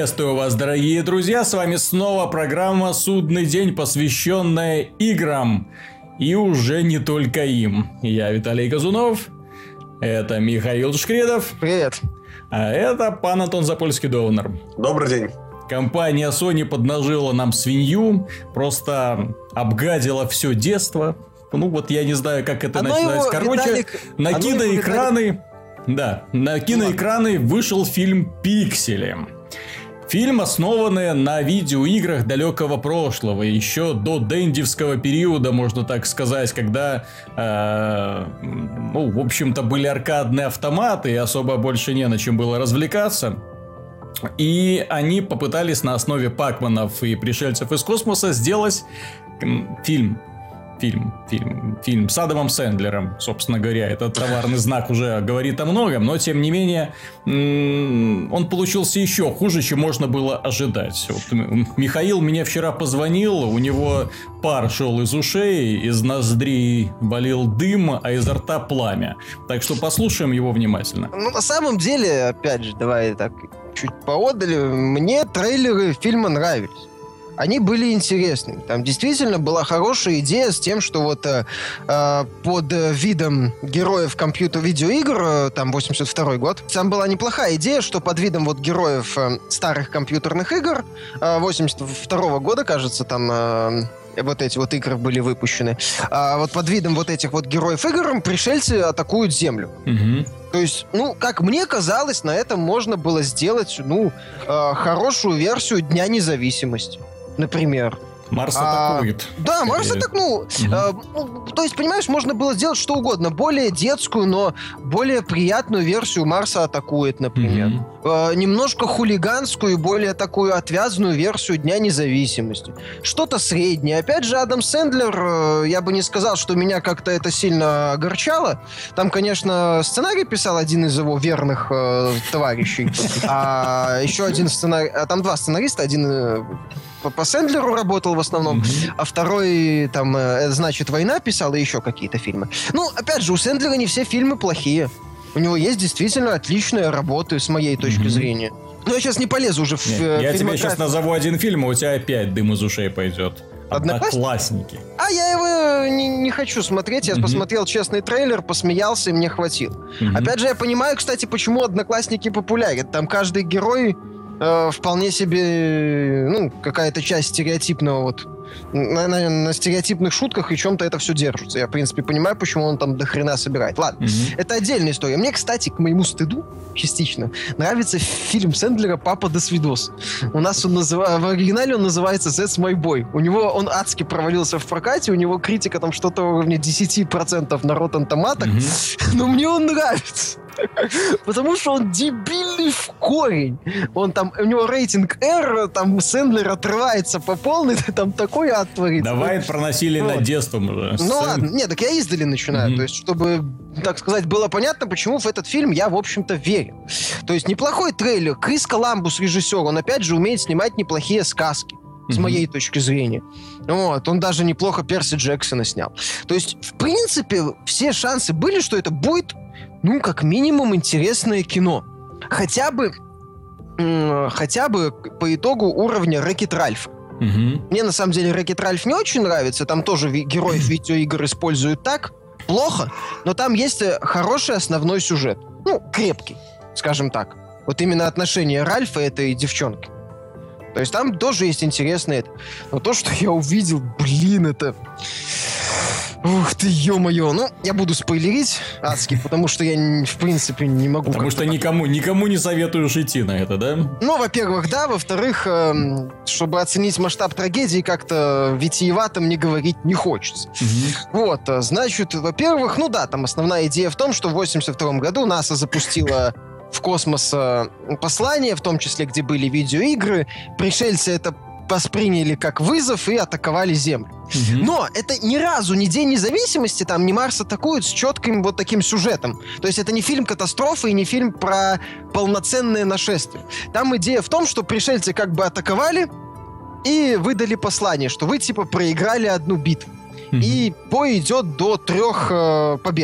Приветствую вас, дорогие друзья, с вами снова программа «Судный день», посвященная играм. И уже не только им. Я Виталий Казунов, это Михаил Шкредов. Привет. А это пан Антон Запольский-Довнер. Добрый день. Компания Sony поднажила нам свинью, просто обгадила все детство. Ну вот я не знаю, как это начинать. Короче, на киноэкраны... Да, на киноэкраны вышел фильм «Пиксели». Фильм, основанный на видеоиграх далекого прошлого, еще до дендивского периода, можно так сказать, когда, в общем-то, были аркадные автоматы, и особо больше не на чем было развлекаться. И они попытались на основе Пакманов и пришельцев из космоса сделать фильм с Адамом Сэндлером, собственно говоря. Этот товарный знак уже говорит о многом, но тем не менее он получился еще хуже, чем можно было ожидать. Вот Михаил мне вчера позвонил, у него пар шел из ушей, из ноздрей валил дым, а изо рта пламя. Так что послушаем его внимательно. Ну, на самом деле, опять же, давай так чуть поодали, мне трейлеры фильма нравились. Они были интересными. Там действительно была хорошая идея с тем, что вот под видом героев видеоигр, там 82-й год, там была неплохая идея, что под видом вот героев старых компьютерных игр 82-го года, кажется, там... вот эти вот игры были выпущены. Вот под видом вот этих вот героев игр пришельцы атакуют Землю. Угу. То есть, как мне казалось, на этом можно было сделать, хорошую версию Дня независимости. Например. Марс атакует. Да, Марс атакнул. То есть, понимаешь, можно было сделать что угодно. Более детскую, но более приятную версию Марса атакует, например. Немножко хулиганскую и более такую отвязную версию Дня независимости. Что-то среднее. Опять же, Адам Сэндлер, я бы не сказал, что меня как-то это сильно огорчало. Там, конечно, сценарий писал один из его верных товарищей. А еще один сценарий... Там два сценариста. Один... по Сэндлеру работал в основном, а второй, там, значит, «Война» писал и еще какие-то фильмы. Опять же, у Сэндлера не все фильмы плохие. У него есть действительно отличные работы, с моей точки зрения. Но я сейчас не полезу уже в Я тебе сейчас назову один фильм, а у тебя опять дым из ушей пойдет. «Одноклассники». А я его не хочу смотреть. Я посмотрел честный трейлер, посмеялся, и мне хватило. Опять же, я понимаю, кстати, почему «Одноклассники» популярен. Там каждый герой... вполне себе, какая-то часть стереотипного вот на стереотипных шутках и чем-то это все держится. Я, в принципе, понимаю, почему он там до хрена собирает. Ладно, это отдельная история. Мне, кстати, к моему стыду, частично, нравится фильм Сэндлера «Папа, до свидос». У нас в оригинале он называется «That's my boy». У него он адски провалился в прокате, у него критика там что-то уровня 10% на Rotten Tomatoes, но мне он нравится. Потому что он дебильный в корень. Он там, у него рейтинг R, там Сэндлер отрывается по полной, там такой ад творится. Давай проносили над детством уже. Ладно, нет, так я издали начинаю. То есть, чтобы, так сказать, было понятно, почему в этот фильм я, в общем-то, верю. То есть, неплохой трейлер. Крис Коламбус, режиссер, он, опять же, умеет снимать неплохие сказки. С моей точки зрения. Он даже неплохо Перси Джексона снял. То есть, в принципе, все шансы были, что это будет, как минимум, интересное кино. Хотя бы по итогу уровня Wreck-It Ralph. Мне, на самом деле, Wreck-It Ralph не очень нравится. Там тоже героев видеоигр используют так. Плохо. Но там есть хороший основной сюжет. Крепкий, скажем так. Вот именно отношения Ральфа и этой девчонки. То есть там тоже есть интересное это. Но то, что я увидел, это... Ух ты, ё-моё. Я буду спойлерить адски, потому что я, в принципе, не могу... Потому что никому не советуешь идти на это, да? Во-первых, да. Во-вторых, чтобы оценить масштаб трагедии, как-то витиевато мне говорить не хочется. Значит, во-первых, там основная идея в том, что в 82-м году НАСА запустила в космос послание, в том числе, где были видеоигры. Пришельцы это восприняли как вызов и атаковали Землю. Но это ни разу не День независимости, там не Марс атакует с четким вот таким сюжетом. То есть это не фильм катастрофы и не фильм про полноценное нашествие. Там идея в том, что пришельцы как бы атаковали и выдали послание, что вы типа проиграли одну битву. И бой идет до 3 побед.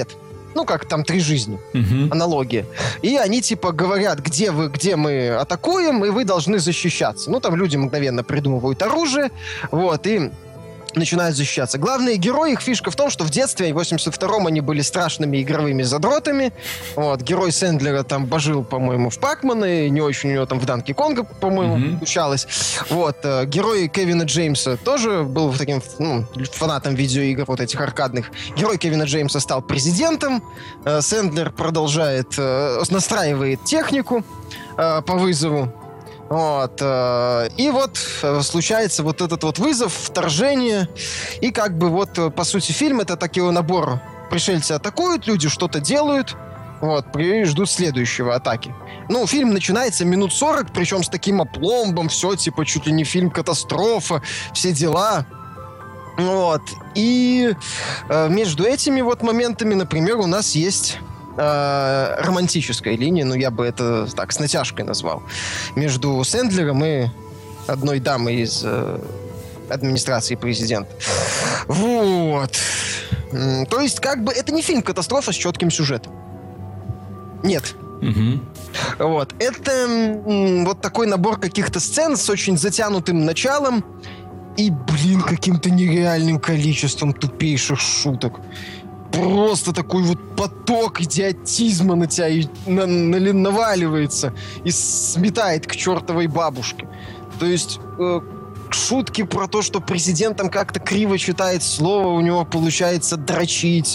Ну, как там «Три жизни». Аналогия. И они, типа, говорят, где мы атакуем, и вы должны защищаться. Ну, там люди мгновенно придумывают оружие, вот, и начинают защищаться. Главные герои, их фишка в том, что в детстве, в 82-м, они были страшными игровыми задротами. Вот, герой Сэндлера там божил, по-моему, в Пакмана, и не очень у него там в Данки Конга, по-моему, получалось. Вот, герой Кевина Джеймса тоже был таким, фанатом видеоигр вот этих аркадных. Герой Кевина Джеймса стал президентом. Сэндлер продолжает, настраивает технику по вызову. Вот. И вот случается вот этот вот вызов, вторжение. И как бы вот, по сути, фильм — это такой набор. Пришельцы атакуют, люди что-то делают, вот, и ждут следующего атаки. Ну, фильм начинается минут 40, причем с таким опломбом, все, типа, чуть ли не фильм-катастрофа, все дела. Вот. И между этими вот моментами, например, у нас есть... романтическая линия, ну, я бы это так, с натяжкой назвал, между Сэндлером и одной дамой из администрации президента. Вот. То есть, как бы, это не фильм-катастрофа с четким сюжетом. Нет. Вот. Это вот такой набор каких-то сцен с очень затянутым началом и, блин, каким-то нереальным количеством тупейших шуток. Просто такой вот поток идиотизма на тебя наваливается и сметает к чертовой бабушке. То есть шутки про то, что президент там как-то криво читает слово, у него получается дрочить.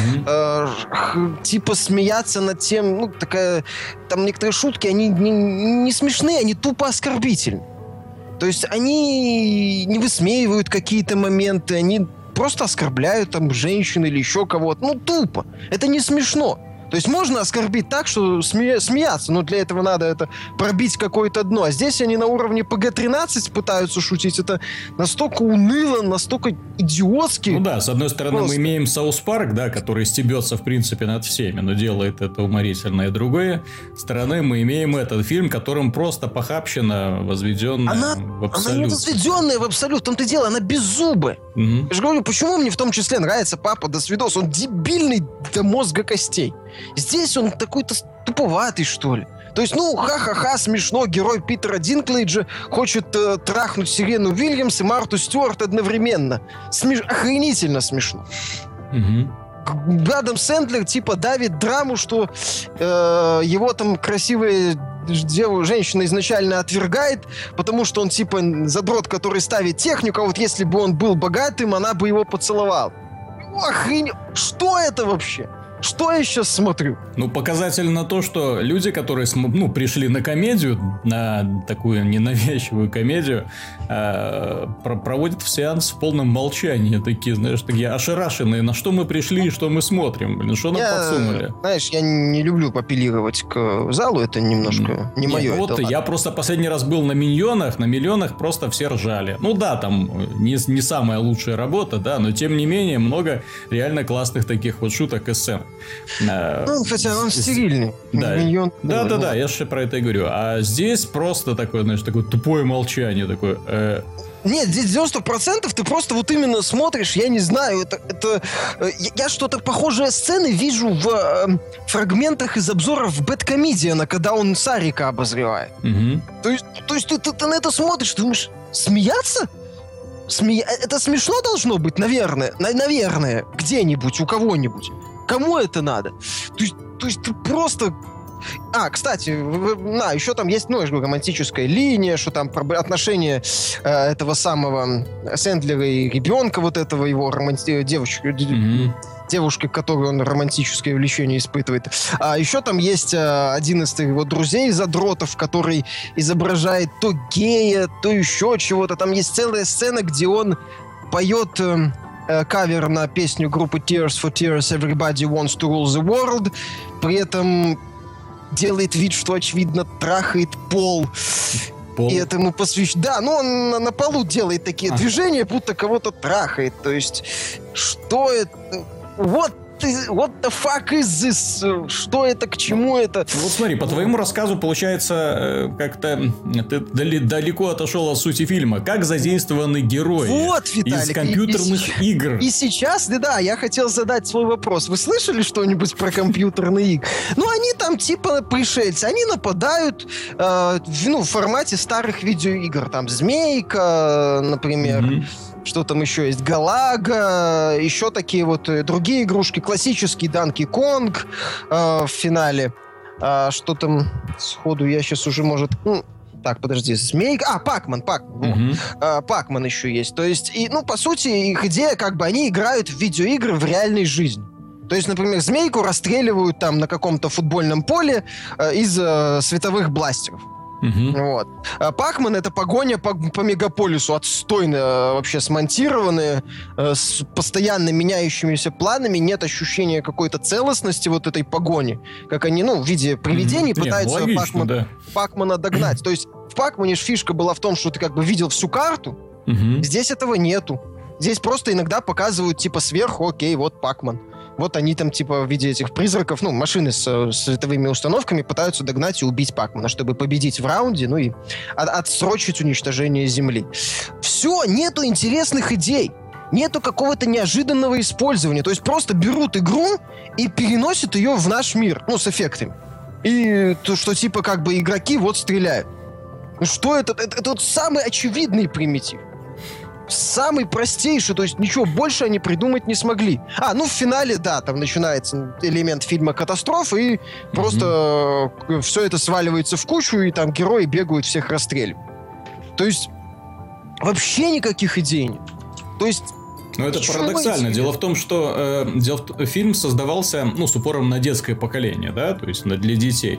Типа смеяться над тем, ну, такая... Там некоторые шутки, они не смешные, они тупо оскорбительны. То есть они не высмеивают какие-то моменты, они... просто оскорбляют там женщин или еще кого-то. Ну, тупо. Это не смешно. То есть можно оскорбить так, что смеяться, но для этого надо это пробить какое-то дно. А здесь они на уровне ПГ-13 пытаются шутить. Это настолько уныло, настолько идиотски. Ну да, с одной стороны, просто. Мы имеем Саус Парк, да, который стебется, в принципе, над всеми, но делает это уморительно. И другой стороны мы имеем этот фильм, которым просто похабщина возведенная в абсолют. Она не возведенная в абсолют, в том-то и дело, она беззубая. Я же говорю, почему мне в том числе нравится «Папа, до свидос». Он дебильный до мозга костей. Здесь он такой-то туповатый, что ли. То есть, ну, ха-ха-ха, смешно. Герой Питера Динклейджа хочет трахнуть Сирену Уильямс и Марту Стюарт одновременно. Охренительно смешно. Адам Сэндлер типа давит драму, что его там красивая женщина изначально отвергает, потому что он типа задрот, который ставит технику, а вот если бы он был богатым, она бы его поцеловала. Что это вообще? Что я сейчас смотрю? Ну, показательно то, что люди, которые пришли на комедию, на такую ненавязчивую комедию, проводят сеанс в полном молчании. Такие, знаешь, такие ошарашенные. На что мы пришли и что мы смотрим? Блин, что нам подсунули? Знаешь, я не люблю апеллировать к залу. Это немножко не мое. Вот я просто последний раз был на «Миньонах». На «Миллионах» просто все ржали. Ну да, там не самая лучшая работа, да, но тем не менее много реально классных таких вот шуток и сцен. Ну, хотя он стерильный. Да, да, я же про это и говорю. А здесь просто такое, знаешь, такое тупое молчание. Такое... Нет, здесь 90% ты просто вот именно смотришь, я не знаю, я что-то похожее сцены вижу в фрагментах из обзоров Бэдкомедиана, когда он Сарика обозревает. То есть ты на это смотришь, думаешь, смеяться? Это смешно должно быть, наверное, где-нибудь, у кого-нибудь. Кому это надо? То есть ты просто... кстати, еще там есть, я же говорю, романтическая линия, что там отношения этого самого Сэндлера и ребенка, вот этого его девушки, к которой он романтическое влечение испытывает. А еще там есть один из его друзей задротов, который изображает то гея, то еще чего-то. Там есть целая сцена, где он поет... кавер на песню группы Tears for Tears Everybody Wants to Rule the World, при этом делает вид, что, очевидно, трахает пол. И этому посвящает. Да, но он на полу делает такие движения, будто кого-то трахает. То есть, что это... Вот what the fuck is this? Что это, к чему это? Вот смотри, по твоему рассказу, получается, как-то ты далеко отошел от сути фильма. Как задействованы герои из компьютерных игр? И сейчас, да, я хотел задать свой вопрос. Вы слышали что-нибудь про компьютерные игры? Ну, они там типа пришельцы. Они нападают в формате старых видеоигр. Там Змейка, например. Что там еще есть? Галага, еще такие вот другие игрушки. Классический Данки Конг в финале. Что там сходу я сейчас уже, может... Так, подожди, Змейка... Пакман. Пакман еще есть. То есть, по сути, их идея, как бы, они играют в видеоигры в реальной жизни. То есть, например, Змейку расстреливают там на каком-то футбольном поле из световых бластеров. Вот. Пакман — это погоня по мегаполису, отстойно вообще смонтированная, с постоянно меняющимися планами, нет ощущения какой-то целостности вот этой погони, как они, в виде привидений пытаются Пакмана догнать. То есть в Пакмане фишка была в том, что ты как бы видел всю карту, здесь этого нету. Здесь просто иногда показывают типа сверху, окей, вот Пакман. Вот они там, типа, в виде этих призраков, машины с световыми установками пытаются догнать и убить Пакмана, чтобы победить в раунде, и отсрочить уничтожение Земли. Все, нету интересных идей. Нету какого-то неожиданного использования. То есть просто берут игру и переносят ее в наш мир, с эффектами. И то, что, типа, как бы игроки вот стреляют. Что это? Это вот самый очевидный примитив. Самый простейший, то есть ничего больше они придумать не смогли. В финале, да, там начинается элемент фильма «Катастрофа», и просто все это сваливается в кучу, и там герои бегают, всех расстреливают. То есть вообще никаких идей нет. То есть... это парадоксально. Дело в том, что фильм создавался, с упором на детское поколение, да, то есть для детей.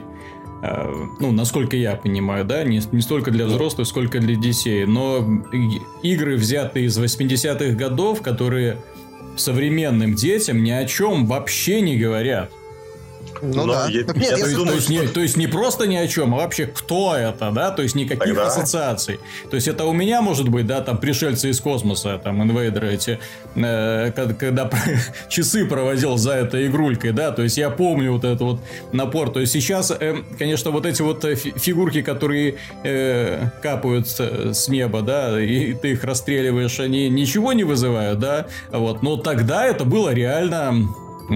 Насколько я понимаю, да, не столько для взрослых, сколько для детей. Но игры, взятые из 80-х годов, которые современным детям ни о чем вообще не говорят. Да. То есть не просто ни о чем, а вообще кто это, да, то есть никаких ассоциаций. То есть это у меня может быть, да, там пришельцы из космоса, там инвейдеры эти, когда часы проводил за этой игрулькой, да, то есть я помню вот этот вот напор. То есть сейчас, конечно, вот эти вот фигурки, которые капают с неба, да, и ты их расстреливаешь, они ничего не вызывают, да, вот, но тогда это было реально...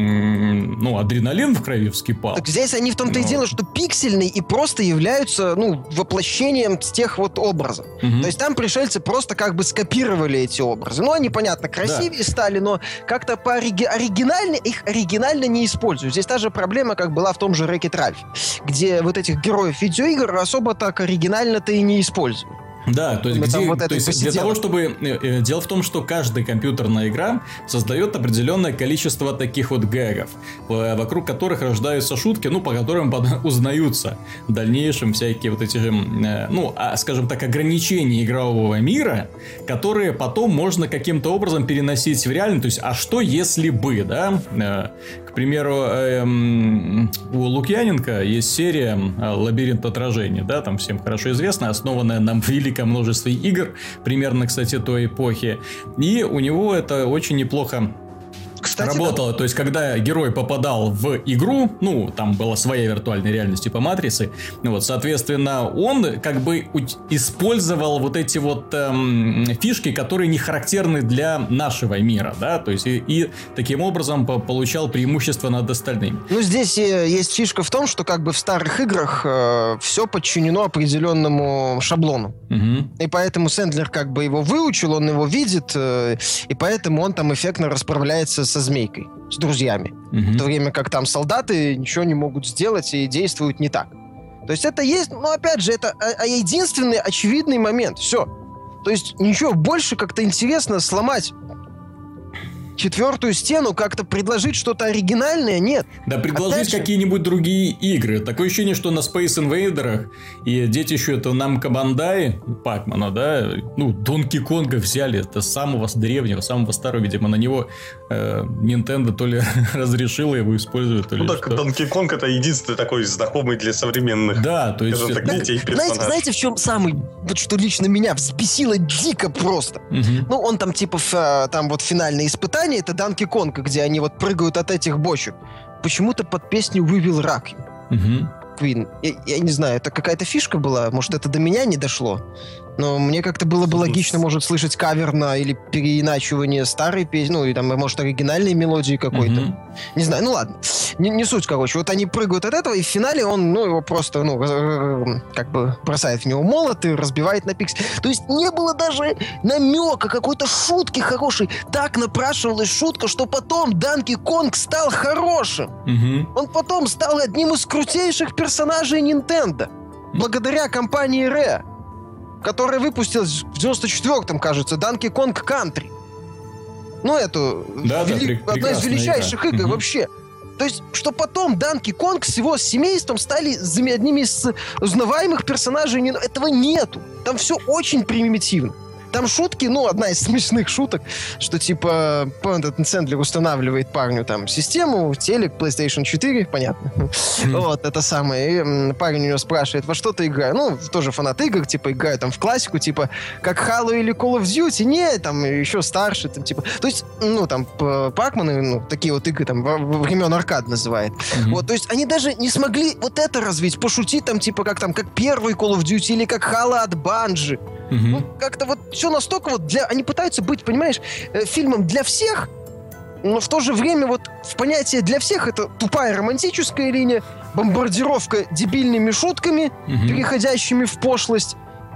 адреналин в крови вскипал. Так здесь они в том-то и дело, что пиксельные и просто являются, воплощением тех вот образов. То есть там пришельцы просто как бы скопировали эти образы. Они, понятно, красивее стали, но как-то их оригинально не используют. Здесь та же проблема, как была в том же Wreck-It Ralph, где вот этих героев видеоигр особо так оригинально-то и не используют. Да, то есть, для того, чтобы... Дело в том, что каждая компьютерная игра создает определенное количество таких вот гэгов, вокруг которых рождаются шутки, по которым узнаются в дальнейшем всякие вот эти, скажем так, ограничения игрового мира, которые потом можно каким-то образом переносить в реальность. То есть, а что если бы, да? К примеру, у Лукьяненко есть серия «Лабиринт отражений», да, там всем хорошо известно, основанная на великом множестве игр, примерно, кстати, той эпохи. И у него это очень неплохо работало. То есть, когда герой попадал в игру, там была своя виртуальная реальность типа Матрицы, соответственно, он как бы использовал вот эти вот фишки, которые не характерны для нашего мира, да, то есть, и таким образом получал преимущество над остальными. Здесь есть фишка в том, что как бы в старых играх все подчинено определенному шаблону. И поэтому Сэндлер как бы его выучил, он его видит, и поэтому он там эффектно расправляется со Змейкой, с друзьями. В то время как там солдаты ничего не могут сделать и действуют не так. То есть это есть, опять же, это единственный очевидный момент. Все. То есть ничего больше как-то интересно сломать четвертую стену, как-то предложить что-то оригинальное, нет. Да предложить какие-нибудь другие игры. Такое ощущение, что на Space Invader'ах и детищу этого Намко Бандай, Пакмана, да, Донки Конга взяли, это самого древнего, самого старого, видимо, на него Nintendo то ли разрешила его использовать, то ли так Донки Конг это единственный такой знакомый для современных, да, то есть, детей персонаж. Знаете, в чем самый, вот что лично меня взбесило дико просто? Он там типа там вот финальное испытание название, это Donkey Kong, где они вот прыгают от этих бочек, почему-то под песню We Will Rock You. Queen. Я не знаю, это какая-то фишка была, может, это до меня не дошло, но мне как-то было бы логично, может, слышать кавер на или переиначивание старой песни, ну, и там, может, оригинальной мелодии какой-то. Не знаю, ну ладно. Не суть, короче. Вот они прыгают от этого, и в финале он, ну, его просто, ну, как бы бросает в него молот и разбивает на пиксель. То есть не было даже намека какой-то шутки хорошей. Так напрашивалась шутка, что потом Donkey Kong стал хорошим. Он потом стал одним из крутейших персонажей Nintendo. Благодаря компании Rare, которая выпустилась в 94-м, кажется, Donkey Kong Country. Ну, это одна из величайших игр вообще. То есть, что потом Donkey Kong с его семейством стали одними из узнаваемых персонажей. Этого нету. Там все очень примитивно. Там шутки, ну, одна из смешных шуток, что, типа, этот Сэндлер устанавливает парню там систему, телек, PlayStation 4, понятно. Вот, это самое. И парень у него спрашивает, во что ты играешь? Ну, тоже фанат игр, типа, играю там в классику, типа, как Halo или Call of Duty? Не, там, еще старше, там, типа. То есть, ну, там, Пакманы, ну, такие вот игры, там, времен аркад называет. Вот, то есть, они даже не смогли вот это развить, пошутить там, типа, как первый Call of Duty или как Halo от Bungie. Ну, как-то вот все настолько вот они пытаются быть, понимаешь, фильмом для всех, но в то же время вот в понятие для всех это тупая романтическая линия, бомбардировка дебильными шутками, переходящими в пошлость,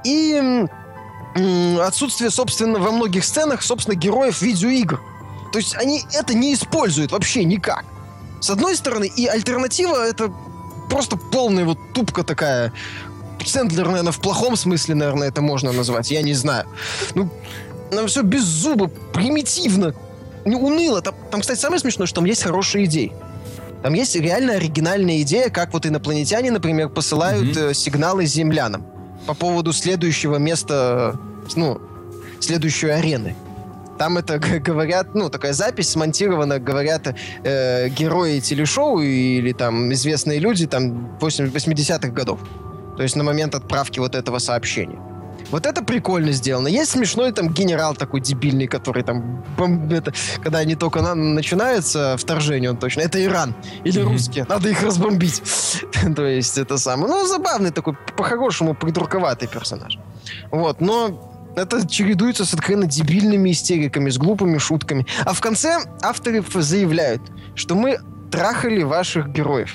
и отсутствие, собственно, во многих сценах, собственно, героев видеоигр. То есть они это не используют вообще никак. С одной стороны, и альтернатива это просто полная вот тупка такая. Сэндлер, наверное, в плохом смысле, наверное, это можно назвать. Я не знаю. Ну, нам все без зуба, примитивно, уныло. Там, кстати, самое смешное, что там есть хорошие идеи. Там есть реально оригинальная идея, как вот инопланетяне, например, посылают сигналы землянам по поводу следующего места, ну, следующей арены. Там это говорят, ну, такая запись смонтирована, говорят герои телешоу или там известные люди там 80-х годов. То есть на момент отправки вот этого сообщения. Вот это прикольно сделано. Есть смешной там генерал такой дебильный, который там... когда они только начинаются, вторжение он точно. Это Иран. Или русские. Надо их разбомбить. То есть это самое... Ну, забавный такой, по-хорошему, придурковатый персонаж. Вот, но... Это чередуется с откровенно дебильными истериками, с глупыми шутками. А в конце авторы заявляют, что мы трахали ваших героев.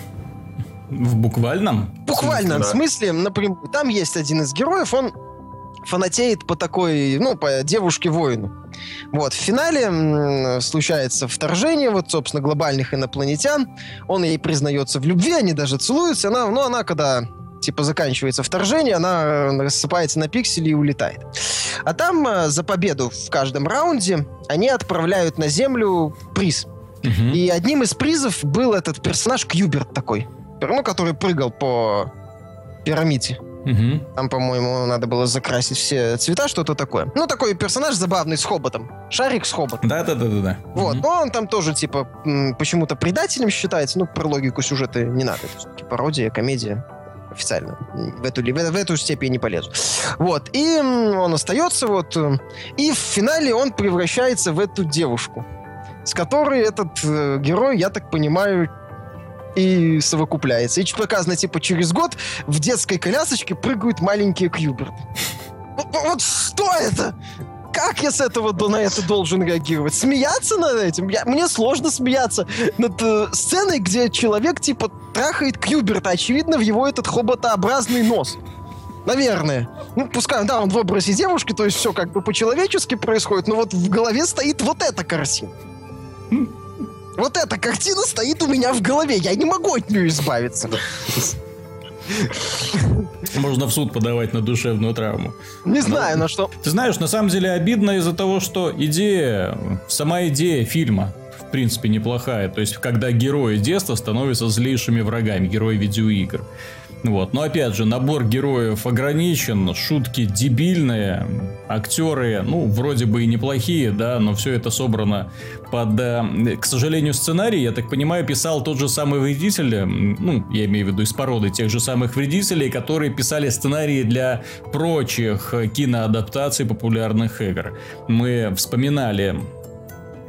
В буквальном? В буквальном смысле, например, там есть один из героев, он фанатеет по такой, ну, по девушке-воину. Вот, в финале случается вторжение, вот, собственно, глобальных инопланетян. Он ей признается в любви, они даже целуются. Она когда, типа, заканчивается вторжение, она рассыпается на пиксели и улетает. А там за победу в каждом раунде они отправляют на Землю приз. И одним из призов был этот персонаж Кьюберт такой. Ну, который прыгал по пирамиде. Там, по-моему, надо было закрасить все цвета, что-то такое. Ну, такой персонаж забавный с хоботом. Шарик с хоботом. Да. Вот, но он там тоже, типа, почему-то предателем считается. Ну, про логику сюжета не надо. Это все-таки пародия, комедия. Официально. В эту степень не полезу. Вот, и он остается, вот. И в финале он превращается в эту девушку, с которой этот герой, я так понимаю, и совокупляется. И показано, типа, через год в детской колясочке прыгают маленькие Кьюберты. Вот что это? Как я с этого на это должен реагировать? Смеяться над этим? Мне сложно смеяться над сценой, где человек, типа, трахает Кьюберта. Очевидно, в его этот хоботообразный нос. Наверное. Ну, пускай, да, он в образе девушки, то есть все как бы по-человечески происходит, но вот в голове стоит вот эта картина. Вот эта картина стоит у меня в голове. Я не могу от нее избавиться. Можно в суд подавать на душевную травму. Не знаю, на что. Ты знаешь, на самом деле обидно из-за того, что сама идея фильма, в принципе, неплохая. То есть, когда герои детства становятся злейшими врагами, герои видеоигр. Вот. Но опять же, набор героев ограничен, шутки дебильные, актеры, ну, вроде бы и неплохие, да, но все это собрано под... К сожалению, сценарий, я так понимаю, писал тот же самый вредитель, ну, я имею в виду из породы тех же самых вредителей, которые писали сценарии для прочих киноадаптаций популярных игр. Мы вспоминали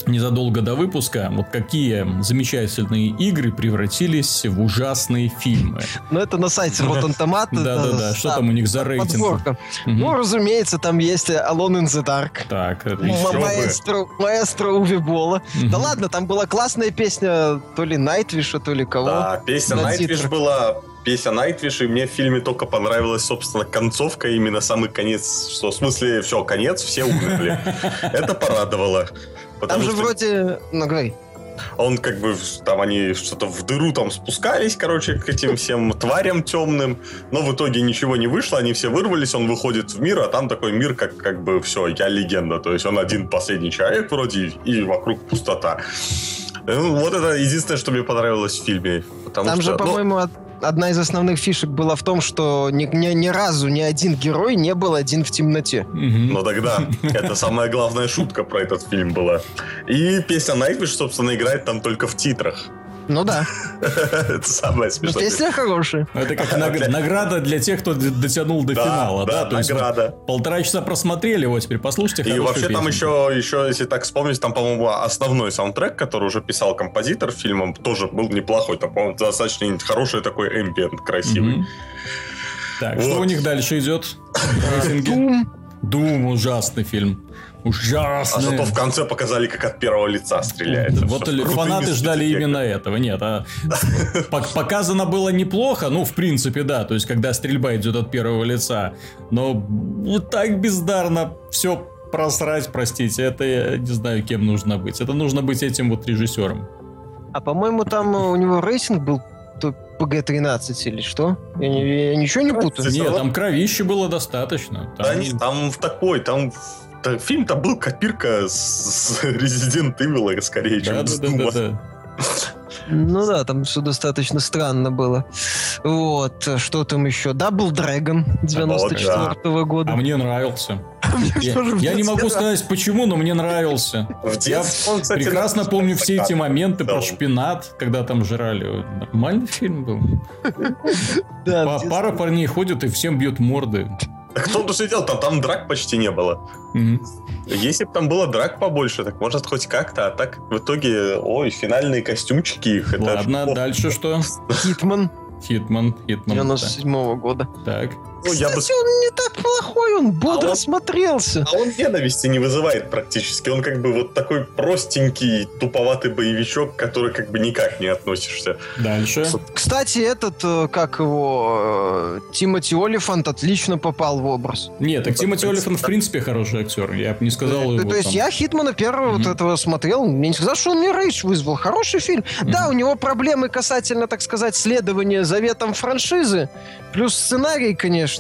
незадолго до выпуска, вот какие замечательные игры превратились в ужасные фильмы. Ну, это на сайте Rotten Tomatoes. Да-да-да, что там у них за рейтинг? Подборка. Ну, разумеется, там есть Alone in the Dark. Так, это Маэстро Уве Болла. Да ладно, там была классная песня то ли Найтвиша, то ли кого. Да, песня Найтвиш была... Песня Найтвиш, и мне в фильме только понравилась, собственно, концовка, именно самый конец, что в смысле, все, конец, все умерли. Это порадовало. Там же вроде... Ну, говори. Он как бы, там они что-то в дыру там спускались, короче, к этим всем тварям темным, но в итоге ничего не вышло, они все вырвались, он выходит в мир, а там такой мир, как бы, все, я легенда, то есть он один последний человек вроде, и вокруг пустота. Ну, вот это единственное, что мне понравилось в фильме. Там же, по-моему, одна из основных фишек была в том, что ни разу ни один герой не был один в темноте. Ну тогда, это самая главная шутка про этот фильм была. И песня Найтвиш, собственно, играет там только в титрах. Ну да. Это самое смешное. Песня хорошая. Это как награда для тех, кто дотянул до финала. Да, награда. 1,5 часа просмотрели, вот теперь послушайте хорошую песню. И вообще песню. там еще, если так вспомнить, там, по-моему, основной саундтрек, который уже писал композитор фильмом, тоже был неплохой. Там, по-моему, достаточно хороший такой эмбиент, красивый. Так, что у них дальше идет? Doom ужасный фильм. Ужасно. А зато в конце показали, как от первого лица стреляет. Вот фанаты ждали именно этого. Нет, показано было неплохо, ну, в принципе, да. То есть, когда стрельба идет от первого лица. Но вот так бездарно все просрать, простите. Это я не знаю, кем нужно быть. Это нужно быть этим вот режиссером. А по-моему, там у него рейтинг был ПГ-13 или что? Я ничего не путаю? Нет, там кровища было достаточно. Да нет, там в такой, там... Фильм-то был копирка с Resident Evil, скорее, чем с Doom. Да. Ну да, там все достаточно странно было. Вот, что там еще? Double Dragon 94-го года. А мне нравился. Я не могу сказать почему, но мне нравился. Я прекрасно помню все эти моменты про шпинат, когда там жрали. Нормальный фильм был. Пара парней ходят и всем бьют морды. Кто-то сидел, там драк почти не было. Если бы там было драк побольше, так может хоть как-то, а так в итоге, финальные костюмчики их. Ладно, дальше что? Хитман. 97-го года. Так. Кстати, он не так плохой, он бодро смотрелся. А он ненависти не вызывает практически. Он как бы вот такой простенький, туповатый боевичок, который как бы никак не относишься. Дальше. Кстати, этот, как его, Тимоти Олифант отлично попал в образ. Нет, так Тимоти Олифант в принципе хороший актер. Я бы не сказал его. То есть я Хитмана первого вот этого смотрел, мне не сказал, что он мне рейдж вызвал. Хороший фильм. Да, у него проблемы касательно, так сказать, следования заветам франшизы. Плюс сценарий, конечно,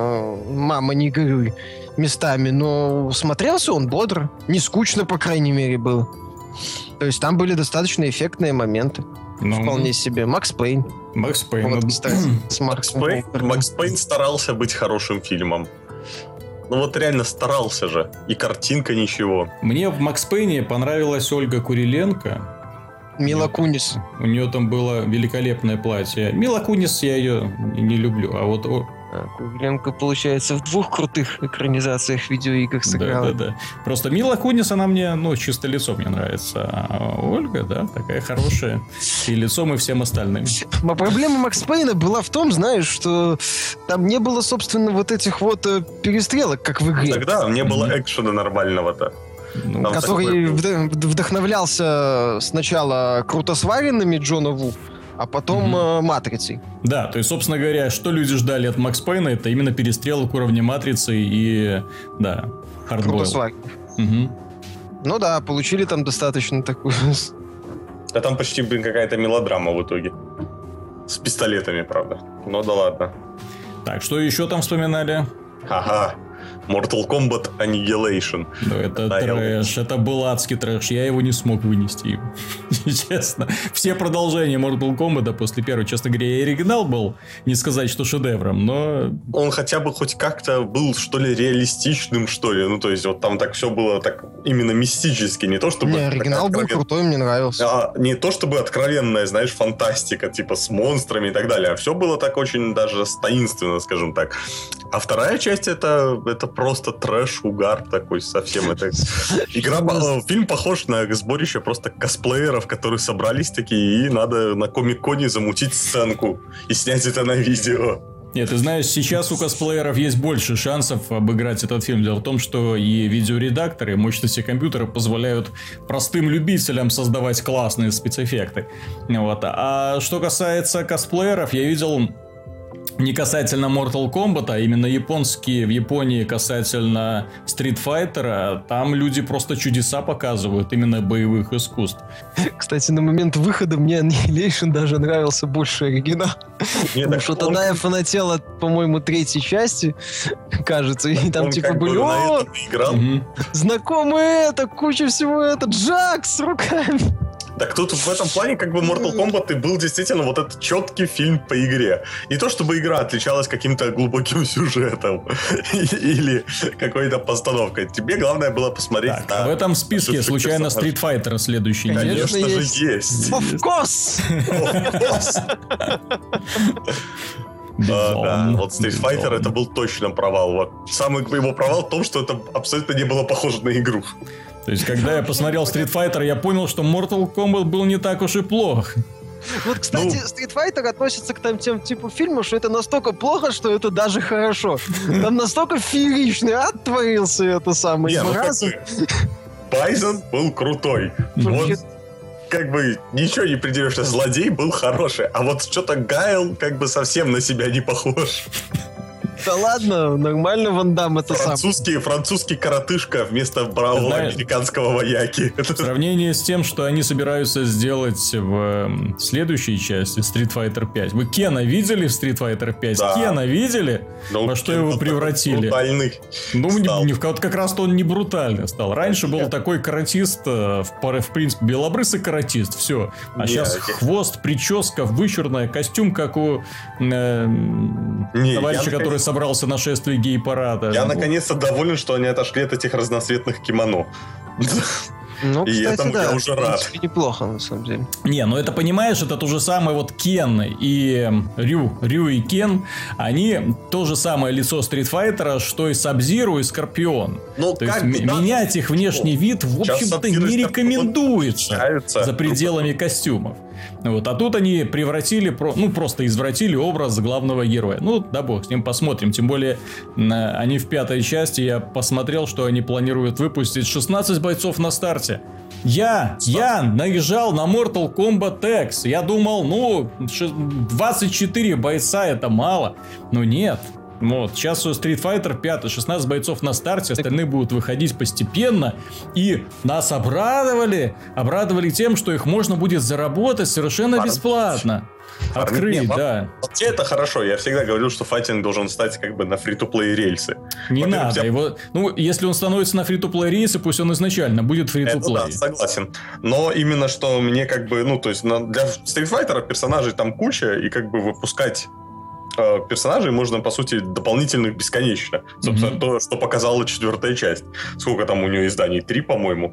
мама, не горюй местами, но смотрелся он бодро. Не скучно, по крайней мере, было. То есть там были достаточно эффектные моменты. Вполне себе. Макс Пейн. Макс Пейн. Вот, кстати, с Макс Пейн старался быть хорошим фильмом. Ну вот реально старался же. И картинка ничего. Мне в Макс Пейне понравилась Ольга Куриленко. Мила Кунис. У нее там было великолепное платье. Мила Кунис, я ее не люблю. А вот Куриленко, получается, в 2 крутых экранизациях видеоигр сыграла. Да. Просто Мила Кунис, она мне, чисто лицом мне нравится. А Ольга, да, такая хорошая. И лицом, и всем остальным. А проблема Макс Пейна была в том, знаешь, что там не было, собственно, вот этих вот перестрелок, как в игре. Тогда не было экшена нормального-то. Который вдохновлялся сначала круто сваренными Джона Ву, а потом Матрицей. Да, то есть, собственно говоря, что люди ждали от Макс Пейна, это именно перестрелок уровня Матрицы и, да, хардбойл. Круто сваренных. Ну да, получили там достаточно такую... А там почти, какая-то мелодрама в итоге. С пистолетами, правда. Ну да ладно. Так, что еще там вспоминали? Ага. Mortal Kombat Annihilation. Ну, это трэш, это был адский трэш. Я его не смог вынести. Честно. Все продолжения Mortal Kombat после первого, честно говоря, и оригинал был, не сказать, что шедевром, но... Он хотя бы хоть как-то был, что ли, реалистичным, что ли. Ну, то есть, вот там так все было так именно мистически. Не то, чтобы... Не, оригинал был крутой, мне нравился. Не то, чтобы откровенная, знаешь, фантастика, типа с монстрами и так далее. А все было так очень даже таинственно, скажем так. А вторая часть это просто трэш, угар такой совсем. Это фильм похож на сборище просто косплееров, которые собрались такие, и надо на Комик-Коне замутить сценку и снять это на видео. Нет, ты знаешь, сейчас у косплееров есть больше шансов обыграть этот фильм. Дело в том, что и видеоредакторы, и мощности компьютера позволяют простым любителям создавать классные спецэффекты. Вот. А что касается косплееров, я видел... Не касательно Mortal Kombat, а именно японские в Японии касательно Street Fighter, там люди просто чудеса показывают, именно боевых искусств. Кстати, на момент выхода мне Annihilation даже нравился больше оригинала. Потому что тогда я фанател от, по-моему, третьей части, кажется, и там типа были: о, знакомый куча всего Джак с руками. Так тут в этом плане как бы Mortal Kombat и был действительно вот этот четкий фильм по игре. Не то чтобы игра отличалась каким-то глубоким сюжетом или какой-то постановкой. Тебе главное было посмотреть так, на... А в этом списке случайно Street Fighter следующий? Конечно же есть. Of course! Да, вот Street Fighter это был точно провал. Вот. Самый его провал в том, что это абсолютно не было похоже на игру. То есть, когда я посмотрел Street Fighter, я понял, что Mortal Kombat был не так уж и плох. Вот, кстати, Street Fighter относится к тем типу фильму, что это настолько плохо, что это даже хорошо. Там настолько фееричный ад творился это самое. Байзон был крутой. Вот как бы ничего не придерешься, злодей был хороший. А вот что-то Гайл как бы совсем на себя не похож. Да ладно, нормально Ван Дамм это французский коротышка вместо бравого американского вояки. В сравнении с тем, что они собираются сделать в следующей части Street Fighter 5. Вы Кена видели в Street Fighter 5? Да. Кена видели? Во что его превратили? Брутальный. Вот как раз-то он не брутальный стал. Раньше был такой каратист, в принципе, белобрысый каратист, все. А сейчас хвост, прическа, вычурная, костюм, как у товарища, который собрался на шествие гей-парада. Я наконец-то доволен, что они отошли от этих разноцветных кимоно. Ну, и кстати, этому я уже рад. Неплохо, на самом деле. Не, ну это, понимаешь, это то же самое вот Кен и Рю и Кен, они то же самое лицо Стритфайтера, что и Сабзиру и Скорпион. Ну, то есть менять их внешний вид, в общем-то, не рекомендуется за пределами костюмов. Вот. А тут они превратили, просто извратили образ главного героя. Ну, да бог с ним, посмотрим. Тем более, они в 5-й части, я посмотрел, что они планируют выпустить 16 бойцов на старте. Я наезжал на Mortal Kombat X. Я думал, 24 бойца это мало. Но нет. Вот, сейчас у Street Fighter 5 16 бойцов на старте, остальные будут выходить постепенно. И нас обрадовали тем, что их можно будет заработать совершенно бесплатно. Открыть, да. Вообще это хорошо. Я всегда говорил, что файтинг должен стать как бы на фри-то-плей рельсы. Не надо его. Если он становится на фри-то-плей рельсы, пусть он изначально будет фри-то-плей. Да, согласен. Но именно что мне как бы, то есть для Street Fighter персонажей там куча, и как бы выпускать персонажей можно, по сути, дополнительных бесконечно. Собственно, то, что показала 4-я часть. Сколько там у нее изданий? 3, по-моему.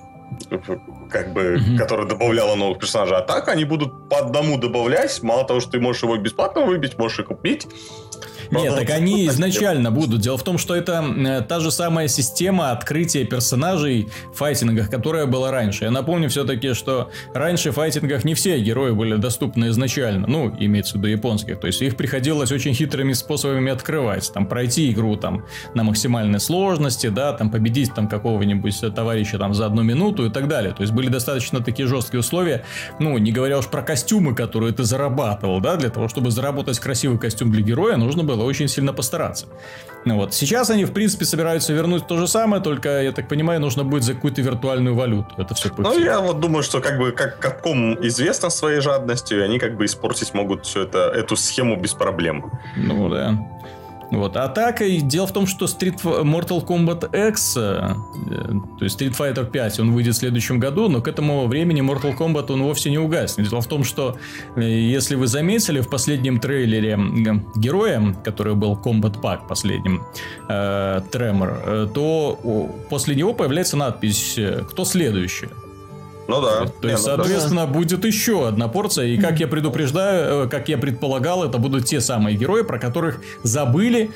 Как бы, которая добавляла новых персонажей. А так они будут по одному добавлять. Мало того, что ты можешь его бесплатно выбить, можешь и купить. Нет, так они изначально будут. Дело в том, что это та же самая система открытия персонажей в файтингах, которая была раньше. Я напомню все-таки, что раньше в файтингах не все герои были доступны изначально. Имеется в виду японских. То есть их приходилось очень хитрыми способами открывать. Там пройти игру на максимальной сложности, да, там победить какого-нибудь товарища за 1 минуту и так далее. То есть были достаточно такие жесткие условия. Не говоря уж про костюмы, которые ты зарабатывал, да, для того, чтобы заработать красивый костюм для героя, нужно было очень сильно постараться. Сейчас они, в принципе, собираются вернуть то же самое, только, я так понимаю, нужно будет за какую-то виртуальную валюту это все пустить. Я вот думаю, что как Capcom известно своей жадностью, и они испортить могут всю эту схему без проблем. Да. А так, дело в том, что Mortal Kombat X, то есть Street Fighter 5, он выйдет в следующем году, но к этому времени Mortal Kombat он вовсе не угаснет. Дело в том, что, если вы заметили, в последнем трейлере героя, который был Combat Pack последним, Tremor, то после него появляется надпись «Кто следующий?». Ну да. То есть, соответственно, будет еще одна порция. И как я предупреждаю, как я предполагал, это будут те самые герои, про которых забыли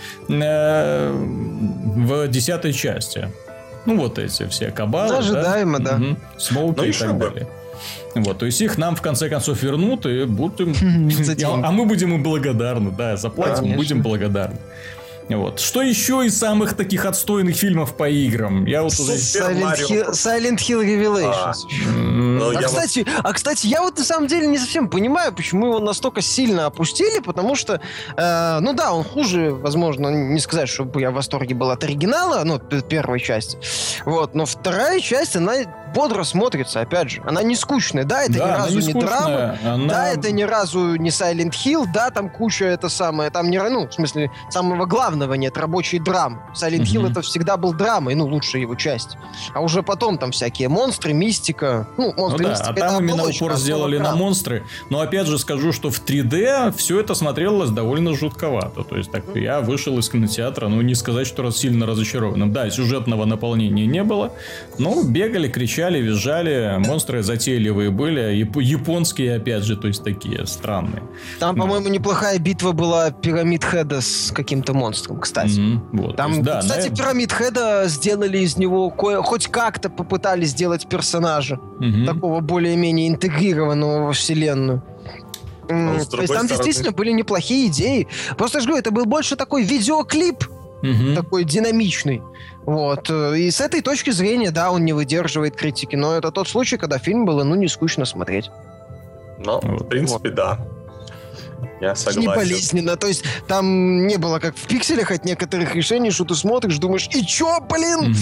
в 10-й части. Ну, вот эти все кабалы. Ожидаемо, да. Угу. Смоуки и так далее. Вот, то есть их нам в конце концов вернут и будем... А мы будем им благодарны, да, заплатим, будем благодарны. Вот. Что еще из самых таких отстойных фильмов по играм? Я вот уже... Silent Hill Revelations. Кстати, я вот на самом деле не совсем понимаю, почему его настолько сильно опустили, потому что, он хуже, возможно, не сказать, чтобы я в восторге был от оригинала, первой части. Вот, но вторая часть, она бодро смотрится, опять же. Она не скучная, да, это ни разу не драма, да, это ни разу не Silent Hill, да, там куча там не, в смысле, самого главного нет, рабочей драм. Silent Hill это всегда был драмой, лучшая его часть. А уже потом там всякие монстры, мистика, монстры, мистика. А там именно упор сделали на монстры. Но опять же скажу, что в 3D все это смотрелось довольно жутковато. То есть так я вышел из кинотеатра, не сказать, что сильно разочарованным. Да, сюжетного наполнения не было, но бегали, кричали, визжали, монстры затейливые были, японские, опять же, то есть такие странные. Там, по-моему, неплохая битва была Пирамид Хеда с каким-то монстром, кстати. Вот, там, есть, кстати, Пирамид Хеда сделали из него хоть как-то попытались сделать персонажа, такого более-менее интегрированного во вселенную. То есть там действительно были неплохие идеи. Просто я говорю, это был больше такой видеоклип, такой динамичный. Вот. И с этой точки зрения, да, он не выдерживает критики. Но это тот случай, когда фильм было, не скучно смотреть. В принципе, да. Я согласен. Не болезненно. То есть там не было, как в пикселях, от некоторых решений, что ты смотришь, думаешь, и чё, блин?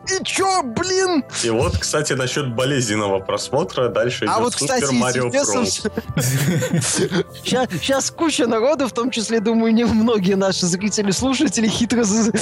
И вот, кстати, насчет болезненного просмотра дальше идет Супер Марио Брос. Сейчас куча народу, в том числе, думаю, не многие наши зрители, слушатели хитро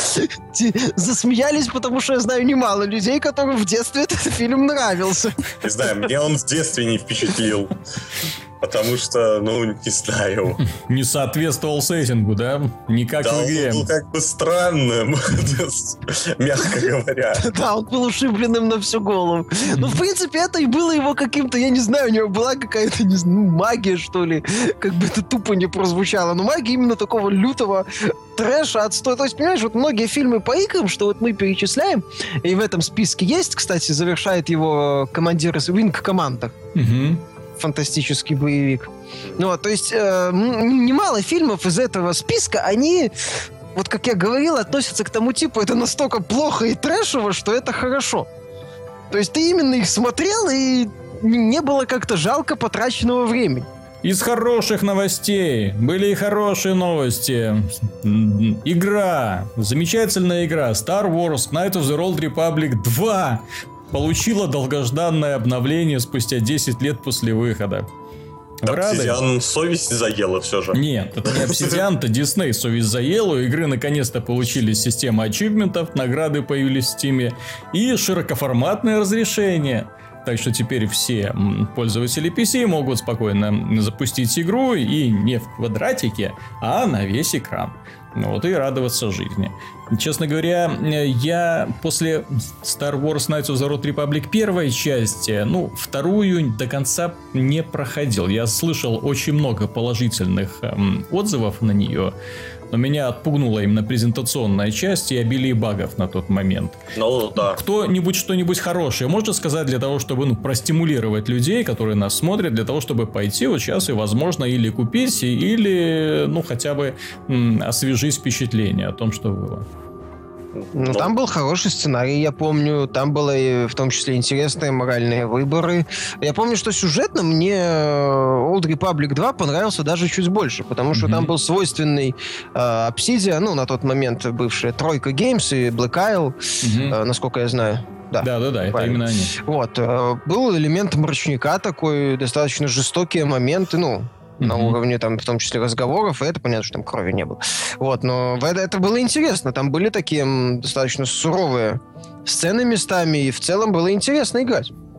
засмеялись, потому что я знаю немало людей, которым в детстве этот фильм нравился. Не знаю, мне он в детстве не впечатлил. Потому что, не знаю. Не соответствовал сеттингу, да? Никак в игре. Он был как бы странным, мягко говоря. Да, он был ушибленным на всю голову. Но, в принципе, это и было его каким-то, я не знаю, у него была какая-то, магия, что ли. Как бы это тупо не прозвучало. Но магия именно такого лютого трэша, отстой. То есть, понимаешь, вот многие фильмы по играм, что вот мы перечисляем, и в этом списке есть, кстати, завершает его командир из Wing Commander. Фантастический боевик. То есть немало фильмов из этого списка, они, вот как я говорил, относятся к тому типу, это настолько плохо и трэшево, что это хорошо. То есть ты именно их смотрел, и не было как-то жалко потраченного времени. Из хороших новостей были и хорошие новости. Игра, замечательная игра Star Wars Knights of the Old Republic 2 получила долгожданное обновление спустя 10 лет после выхода. Obsidian совесть заела все же. Нет, это не Obsidian, это Disney совесть заела. У игры наконец-то получили систему ачивментов, награды появились в Steam и широкоформатное разрешение. Так что теперь все пользователи PC могут спокойно запустить игру и не в квадратике, а на весь экран. И радоваться жизни. Честно говоря, я после Star Wars Knights of the Old Republic первой части, вторую до конца не проходил. Я слышал очень много положительных отзывов на нее, но меня отпугнула именно презентационная часть и обилие багов на тот момент. Да. Кто-нибудь что-нибудь хорошее может сказать для того, чтобы простимулировать людей, которые нас смотрят, для того, чтобы пойти вот сейчас и, возможно, или купить, или, хотя бы освежить впечатление о том, что было. Там был хороший сценарий, я помню. Там было в том числе интересные моральные выборы. Я помню, что сюжетно мне Old Republic 2 понравился даже чуть больше, потому что там был свойственный Obsidian, на тот момент бывшая Тройка Games и Black Isle, насколько я знаю. Да, это именно они. Вот. Был элемент мрачника такой, достаточно жестокие моменты, на уровне, там, в том числе, разговоров, и это понятно, что там крови не было. Вот, но это было интересно. Там были такие достаточно суровые сцены местами, и в целом было интересно играть.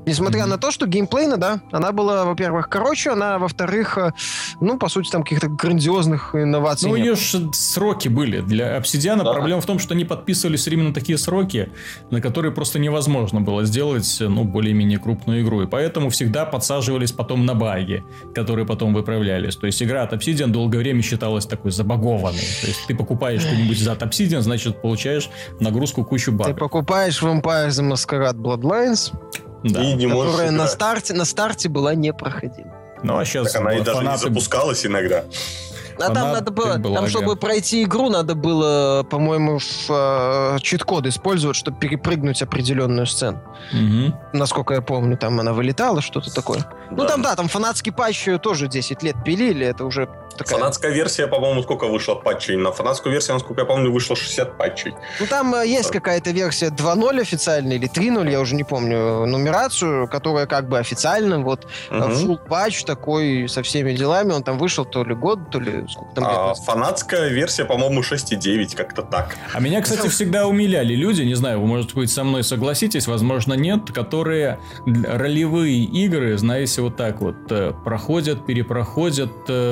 Несмотря на то, что геймплейно, да, она была, во-первых, короче, она, во-вторых, ну, по сути, там каких-то грандиозных инноваций Ну, у нет. нее же сроки были. Для Obsidian проблема в том, что они подписывались именно такие сроки, на которые просто невозможно было сделать, ну, более-менее крупную игру. И поэтому всегда подсаживались потом на баги, которые потом выправлялись. То есть игра от Obsidian долгое время считалась такой забагованной. То есть ты покупаешь что-нибудь от Obsidian, значит, получаешь нагрузку кучу Ты багов. покупаешь Vampire the Masquerade Bloodlines, Да. И не можешь которая на играть. старте была непроходима. Ну, а сейчас Так она и даже не фанаты... запускалась иногда. А там Фанаты надо было, блага. там, чтобы пройти игру, надо было, по-моему, чит-код использовать, чтобы перепрыгнуть определенную сцену. Мгм. Насколько я помню, там она вылетала, что-то такое. Ну, там, да, там фанатский патч тоже 10 лет пилили, это уже такая... Фанатская версия, по-моему, сколько вышло патчей? На фанатскую версию, насколько я помню, вышло 60 патчей. Ну, там есть какая-то версия 2.0 официальная или 3.0, я уже не помню, нумерацию, которая как бы официально, вот, full патч такой со всеми делами, он там вышел то ли год, то ли сколько там лет. Фанатская версия, по-моему, 6.9, как-то так. А меня, кстати, всегда умиляли люди, не знаю, вы, может быть, со мной согласитесь, возможно, нет, которые ролевые игры, знаете, вот так вот проходят, перепроходят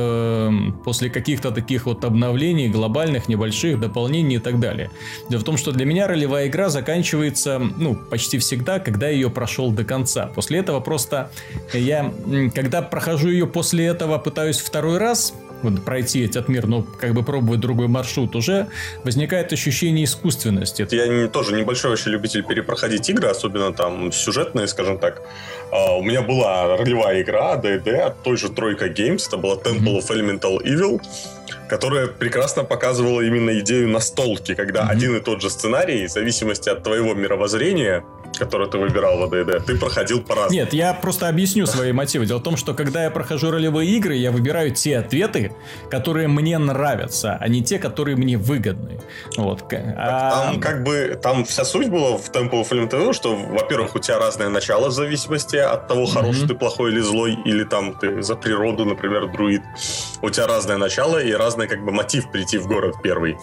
после каких-то таких вот обновлений, глобальных, небольших, дополнений и так далее. Дело в том, что для меня ролевая игра заканчивается, ну, почти всегда, когда я ее прошел до конца. После этого просто я, когда прохожу ее после этого, пытаюсь второй раз вот пройти этот мир, но как бы пробовать другой маршрут, уже возникает ощущение искусственности. Я тоже небольшой вообще любитель перепроходить игры, особенно там сюжетные, скажем так. У меня была ролевая игра D&D от той же Тройка Games, это была Temple of Elemental Evil, которая прекрасно показывала именно идею настолки, когда один и тот же сценарий, в зависимости от твоего мировоззрения, которое ты выбирал в D&D, ты проходил по-разному. Нет, я просто объясню свои мотивы. Дело в том, что когда я прохожу ролевые игры, я выбираю те ответы, которые мне нравятся, а не те, которые мне выгодны. Вот. Там как бы, там вся суть была в Temple of Elemental Evil, что, во-первых, у тебя разное начало в зависимости от того, хороший ты, плохой или злой, или там ты за природу, например, друид. У тебя разное начало и разный как бы мотив прийти в город первый.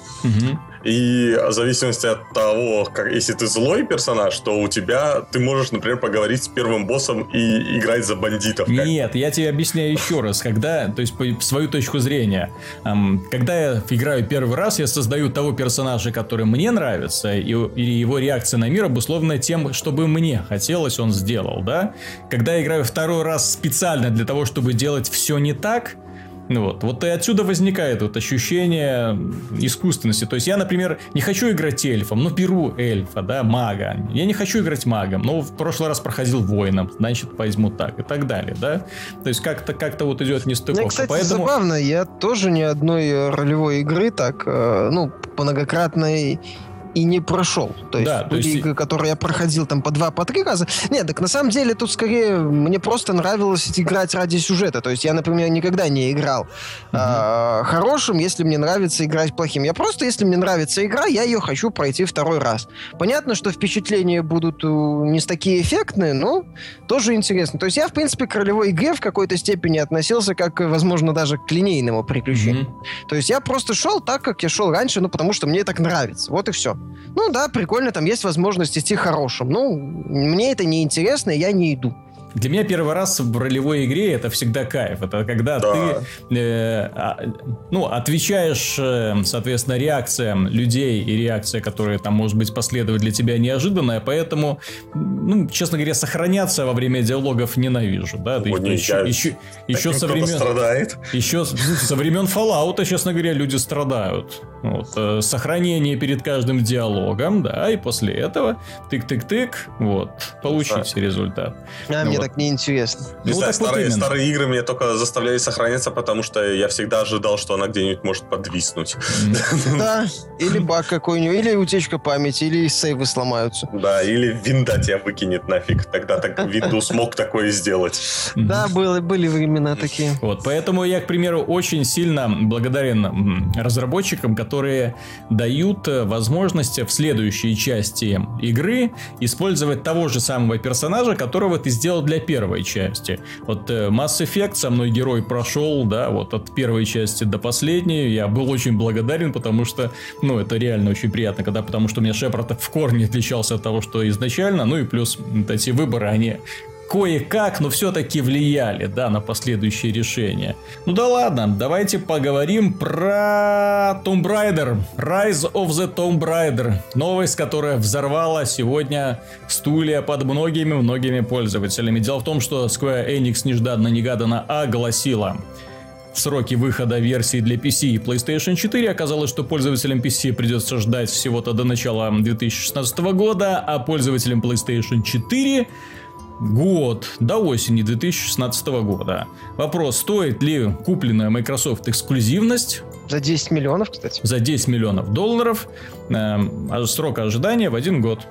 И в зависимости от того, как, если ты злой персонаж, то у тебя ты можешь, например, поговорить с первым боссом и играть за бандитов. Нет, я тебе объясняю еще раз. Когда, то есть, по свою точку зрения, когда я играю первый раз, я создаю того персонажа, который мне нравится, и его реакция на мир обусловлена тем, чтобы мне хотелось, он сделал, да? Когда я играю второй раз специально для того, чтобы делать все не так, вот и отсюда возникает вот ощущение искусственности. То есть я, например, не хочу играть эльфом, но беру эльфа, да, мага. Я не хочу играть магом, но в прошлый раз проходил воином, значит, возьму так и так далее, да. То есть как-то вот идет нестыковка. Мне, кстати, Поэтому... забавно, я тоже ни одной ролевой игры так, многократной и не прошел. То есть, да, то есть игры, которые я проходил там по 2, по 3 раза. Нет, так на самом деле тут скорее мне просто нравилось играть ради сюжета. То есть я, например, никогда не играл хорошим, если мне нравится играть плохим. Я просто, если мне нравится игра, я ее хочу пройти второй раз. Понятно, что впечатления будут не такие эффектные, но тоже интересно. То есть я, в принципе, к ролевой игре в какой-то степени относился как, возможно, даже к линейному приключению. То есть я просто шел так, как я шел раньше, потому что мне так нравится. Вот и все. Ну да, прикольно, там есть возможность идти хорошим. Ну, мне это не интересно, я не иду. Для меня первый раз в ролевой игре это всегда кайф. Это когда ты отвечаешь, соответственно, реакциям людей и реакция, которая там, может быть, последует для тебя неожиданная. Поэтому, честно говоря, сохраняться во время диалогов ненавижу. Да? Еще со времен Fallout, честно говоря, люди страдают. Вот. Сохранение перед каждым диалогом, да, и после этого тык-тык-тык, вот, получите результат. Мне так неинтересно. Не знаю, старые игры меня только заставляли сохраняться, потому что я всегда ожидал, что она где-нибудь может подвиснуть. Да, или баг какой-нибудь, или утечка памяти, или сейвы сломаются. Да, или винда тебя выкинет нафиг. Тогда так Windows мог такое сделать. Да, были времена такие. Вот, поэтому я, к примеру, очень сильно благодарен разработчикам, которые дают возможность в следующей части игры использовать того же самого персонажа, которого ты сделал для первой части. Вот Mass Effect со мной герой прошел, да, вот от первой части до последней. Я был очень благодарен, потому что, это реально очень приятно, потому что у меня Шепард в корне отличался от того, что изначально, и плюс эти выборы, они кое-как, но все-таки влияли, да, на последующие решения. Ну да ладно, давайте поговорим про Tomb Raider. Rise of the Tomb Raider. Новость, которая взорвала сегодня стулья под многими пользователями. Дело в том, что Square Enix нежданно-негаданно огласила сроки выхода версий для PC и PlayStation 4. Оказалось, что пользователям PC придется ждать всего-то до начала 2016 года, а пользователям PlayStation 4 год, до осени 2016 года. Вопрос, стоит ли купленная Microsoft эксклюзивность? За 10 миллионов, кстати. За 10 миллионов долларов. Срок ожидания в 1 год.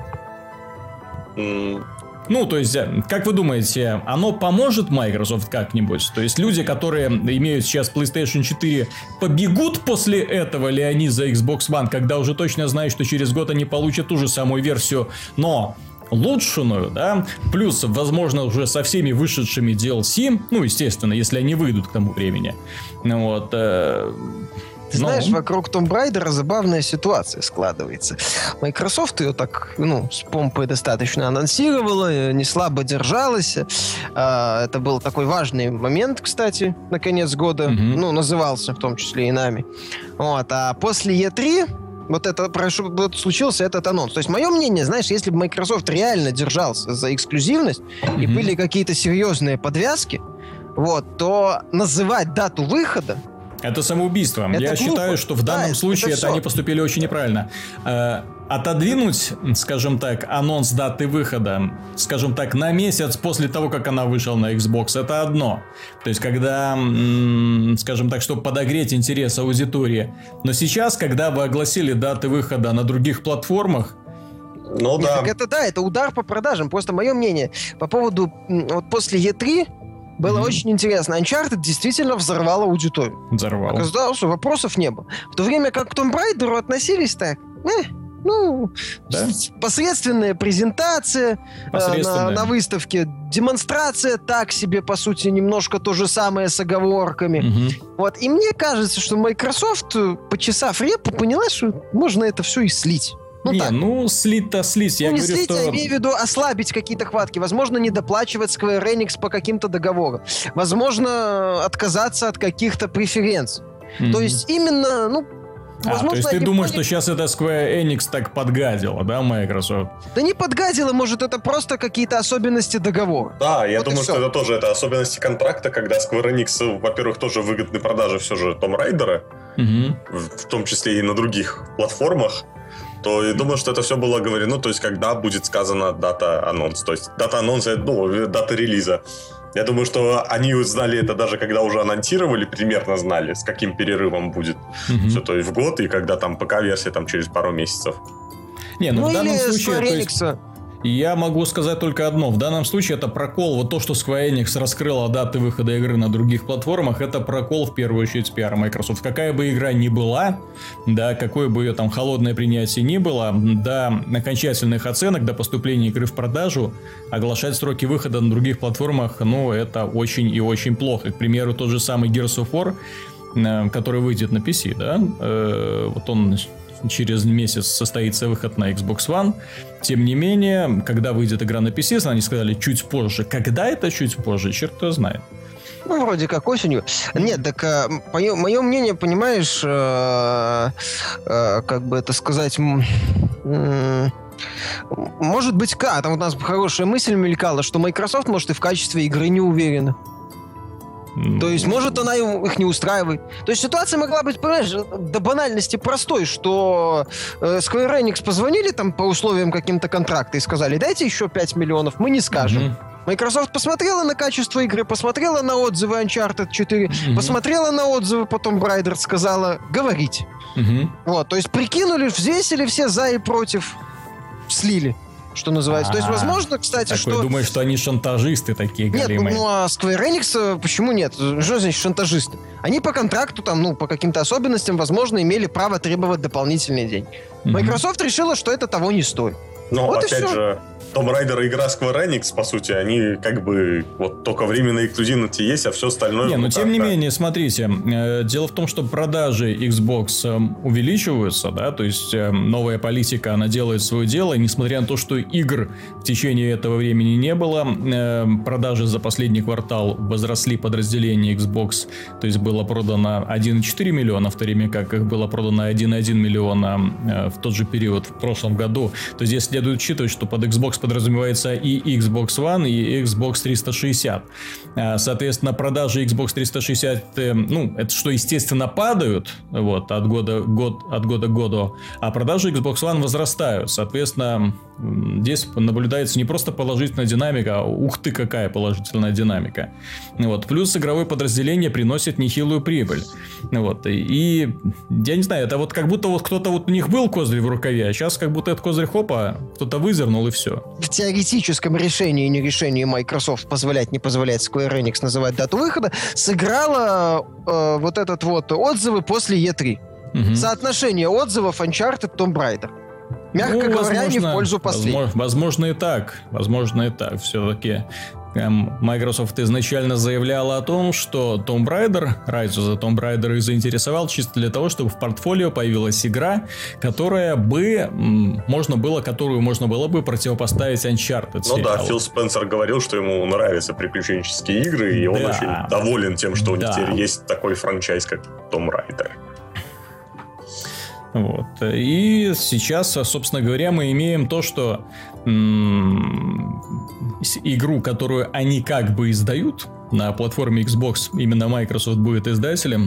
Ну, то есть, как вы думаете, оно поможет Microsoft как-нибудь? То есть, люди, которые имеют сейчас PlayStation 4, побегут после этого ли они за Xbox One, когда уже точно знают, что через год они получат ту же самую версию, но улучшенную, да, плюс, возможно, уже со всеми вышедшими DLC, ну, естественно, если они выйдут к тому времени. Вот. Ты знаешь, вокруг Tomb Raider забавная ситуация складывается. Microsoft ее так, с помпой достаточно анонсировала, не слабо держалась. Это был такой важный момент, кстати, на конец года. Назывался в том числе и нами. Вот. А после E3 случился этот анонс. То есть, мое мнение, знаешь, если бы Microsoft реально держался за эксклюзивность и были какие-то серьезные подвязки, то называть дату выхода это самоубийство. Я считаю, что в данном случае они поступили очень неправильно. Отодвинуть, скажем так, анонс даты выхода, скажем так, на месяц после того, как она вышла на Xbox, это одно. То есть, когда, скажем так, чтобы подогреть интерес аудитории. Но сейчас, когда вы огласили даты выхода на других платформах, это удар по продажам. Просто мое мнение по поводу после E3 было очень интересно. Uncharted действительно взорвал аудиторию. Оказалось, что вопросов не было. В то время как к Tomb Raider относились так. Посредственная презентация на выставке, демонстрация так себе, по сути, немножко то же самое с оговорками. И мне кажется, что Microsoft, почесав репу, поняла, что можно это все и слить. Слить-то слить. Я говорю, слить, я имею в виду ослабить какие-то хватки. Возможно, не доплачивать Square Enix по каким-то договорам. Возможно, отказаться от каких-то преференций. То есть именно, возможно, то есть ты думаешь, что сейчас это Square Enix так подгадила, да, Microsoft? Да не подгадила, может, это просто какие-то особенности договора. Да, я думаю, что это тоже особенности контракта, когда Square Enix, во-первых, тоже выгодны продажи все же Tomb Raider, в том числе и на других платформах. То я думаю, что это все было говорено, то есть когда будет сказана дата анонса. То есть дата анонса, дата релиза. Я думаю, что они знали это даже когда уже анонсировали, примерно знали, с каким перерывом будет все, то есть в год, и когда там ПК-версия там через пару месяцев. В данном случае... Я могу сказать только одно. В данном случае это прокол. То, что Square Enix раскрыла даты выхода игры на других платформах, это прокол в первую очередь с пиара Microsoft. Какая бы игра ни была, да, какое бы ее там холодное принятие ни было, до окончательных оценок, до поступления игры в продажу, оглашать сроки выхода на других платформах, это очень и очень плохо. К примеру, тот же самый Gears of War, который выйдет на PC, да, он... через месяц состоится выход на Xbox One. Тем не менее, когда выйдет игра на PC, они сказали чуть позже. Когда это чуть позже, черт его знает. Вроде как осенью. Нет, так мое мнение, понимаешь, как бы это сказать... Может быть, там у нас хорошая мысль мелькала, что Microsoft, может, и в качестве игры не уверена. То есть, может, она их не устраивает. То есть, ситуация могла быть, понимаешь, до банальности простой, что Square Enix позвонили там по условиям каким-то контракта и сказали, дайте еще 5 миллионов, мы не скажем. Microsoft посмотрела на качество игры, посмотрела на отзывы Uncharted 4, посмотрела на отзывы по Tomb Raider, сказала, говорите. То есть, прикинули, взвесили все за и против, слили. Что называется. То есть, возможно, кстати, что... Думаешь, что они шантажисты такие голимые? Нет, а Square Enix, почему нет? Что значит шантажисты? Они по контракту, по каким-то особенностям, возможно, имели право требовать дополнительные деньги. Microsoft решила, что это того не стоит. Но вот опять же, Tomb Raider игра Square Enix, по сути, они как бы вот только временная эксклюзивность есть, а все остальное... Но тем не менее, смотрите, дело в том, что продажи Xbox увеличиваются, да, то есть новая политика, она делает свое дело, и несмотря на то, что игр в течение этого времени не было, продажи за последний квартал возросли подразделение Xbox, то есть было продано 1,4 миллиона, в то время как их было продано 1,1 миллиона в тот же период в прошлом году. То есть здесь следует учитывать, что под Xbox подразумевается и Xbox One, и Xbox 360. Соответственно, продажи Xbox 360, это что, естественно, падают вот, от года к году, а продажи Xbox One возрастают. Соответственно, здесь наблюдается не просто положительная динамика, а ух ты, какая положительная динамика. Вот. Плюс игровое подразделение приносит нехилую прибыль. Вот. И я не знаю, это вот как будто вот кто-то вот у них был козырь в рукаве, а сейчас как будто этот козырь хопа, кто-то выдернул и все. В теоретическом решении, не решении Microsoft позволять, не позволять Square Enix называть дату выхода, сыграла вот этот вот отзывы после E3. Угу. Соотношение отзывов Uncharted Tomb Raider. Мягко говоря, не в пользу последних. Возможно и так. Все-таки Microsoft изначально заявляла о том, что Tomb Raider, Rise of the Tomb Raider их заинтересовал чисто для того, чтобы в портфолио появилась игра, которую можно было бы противопоставить Uncharted. Ну да, Фил Спенсер говорил, что ему нравятся приключенческие игры, и он очень доволен тем, что у них теперь есть такой франчайз, как Tomb Raider. Вот. И сейчас, собственно говоря, мы имеем то, что игру, которую они как бы издают на платформе Xbox, именно Microsoft будет издателем.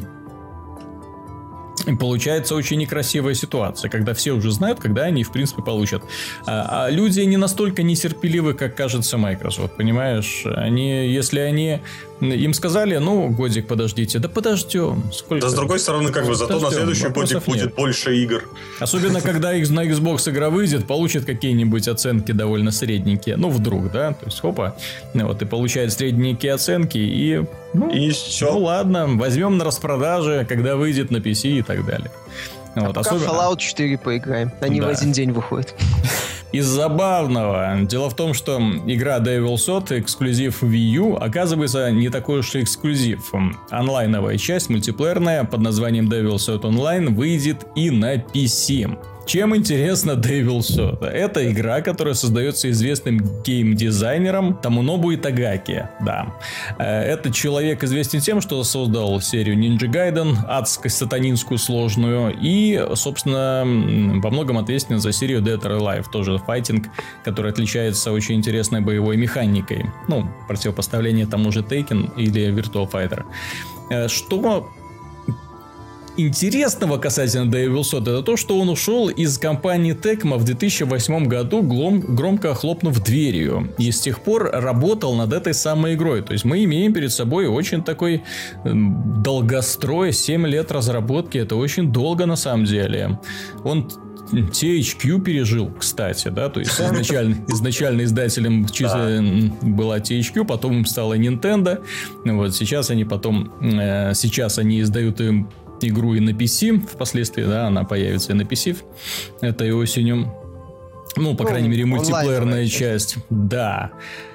И получается очень некрасивая ситуация, когда все уже знают, когда они, в принципе, получат. А люди не настолько нетерпеливы, как кажется Microsoft, понимаешь? Если им сказали, годик подождите, да подождем. Да, с другой стороны, зато на следующий годик будет больше игр. Особенно, когда на Xbox игра выйдет, получит какие-нибудь оценки довольно средненькие. Вдруг, да? То есть, и получает средненькие оценки, и все. Ладно, возьмем на распродаже, когда выйдет на PC и так далее. Пока Fallout 4 поиграем. Они в один день выходят. Из забавного. Дело в том, что игра Devil's Thought, эксклюзив Wii U, оказывается не такой уж и эксклюзив. Онлайновая часть, мультиплеерная, под названием Devil's Thought Online, выйдет и на PC. Чем интересно Devil's Thought? Это игра, которая создается известным геймдизайнером Томунобу Итагаки. Да. Этот человек известен тем, что создал серию Ninja Gaiden, адско-сатанинскую сложную, и, собственно, во многом ответственен за серию Dead or Alive, тоже файтинг, который отличается очень интересной боевой механикой. Противопоставление тому же Taken или Virtua Fighter. Что интересного касательно Devil's Thought, это то, что он ушел из компании Tecmo в 2008 году, громко хлопнув дверью. И с тех пор работал над этой самой игрой. То есть мы имеем перед собой очень такой долгострой, 7 лет разработки. Это очень долго на самом деле. Он THQ пережил, кстати, да, то есть изначально издателем была THQ, потом им стала Nintendo. Сейчас они издают им игру и на PC, впоследствии, она появится и на PC этой осенью. По крайней мере, мультиплеерная часть. Да.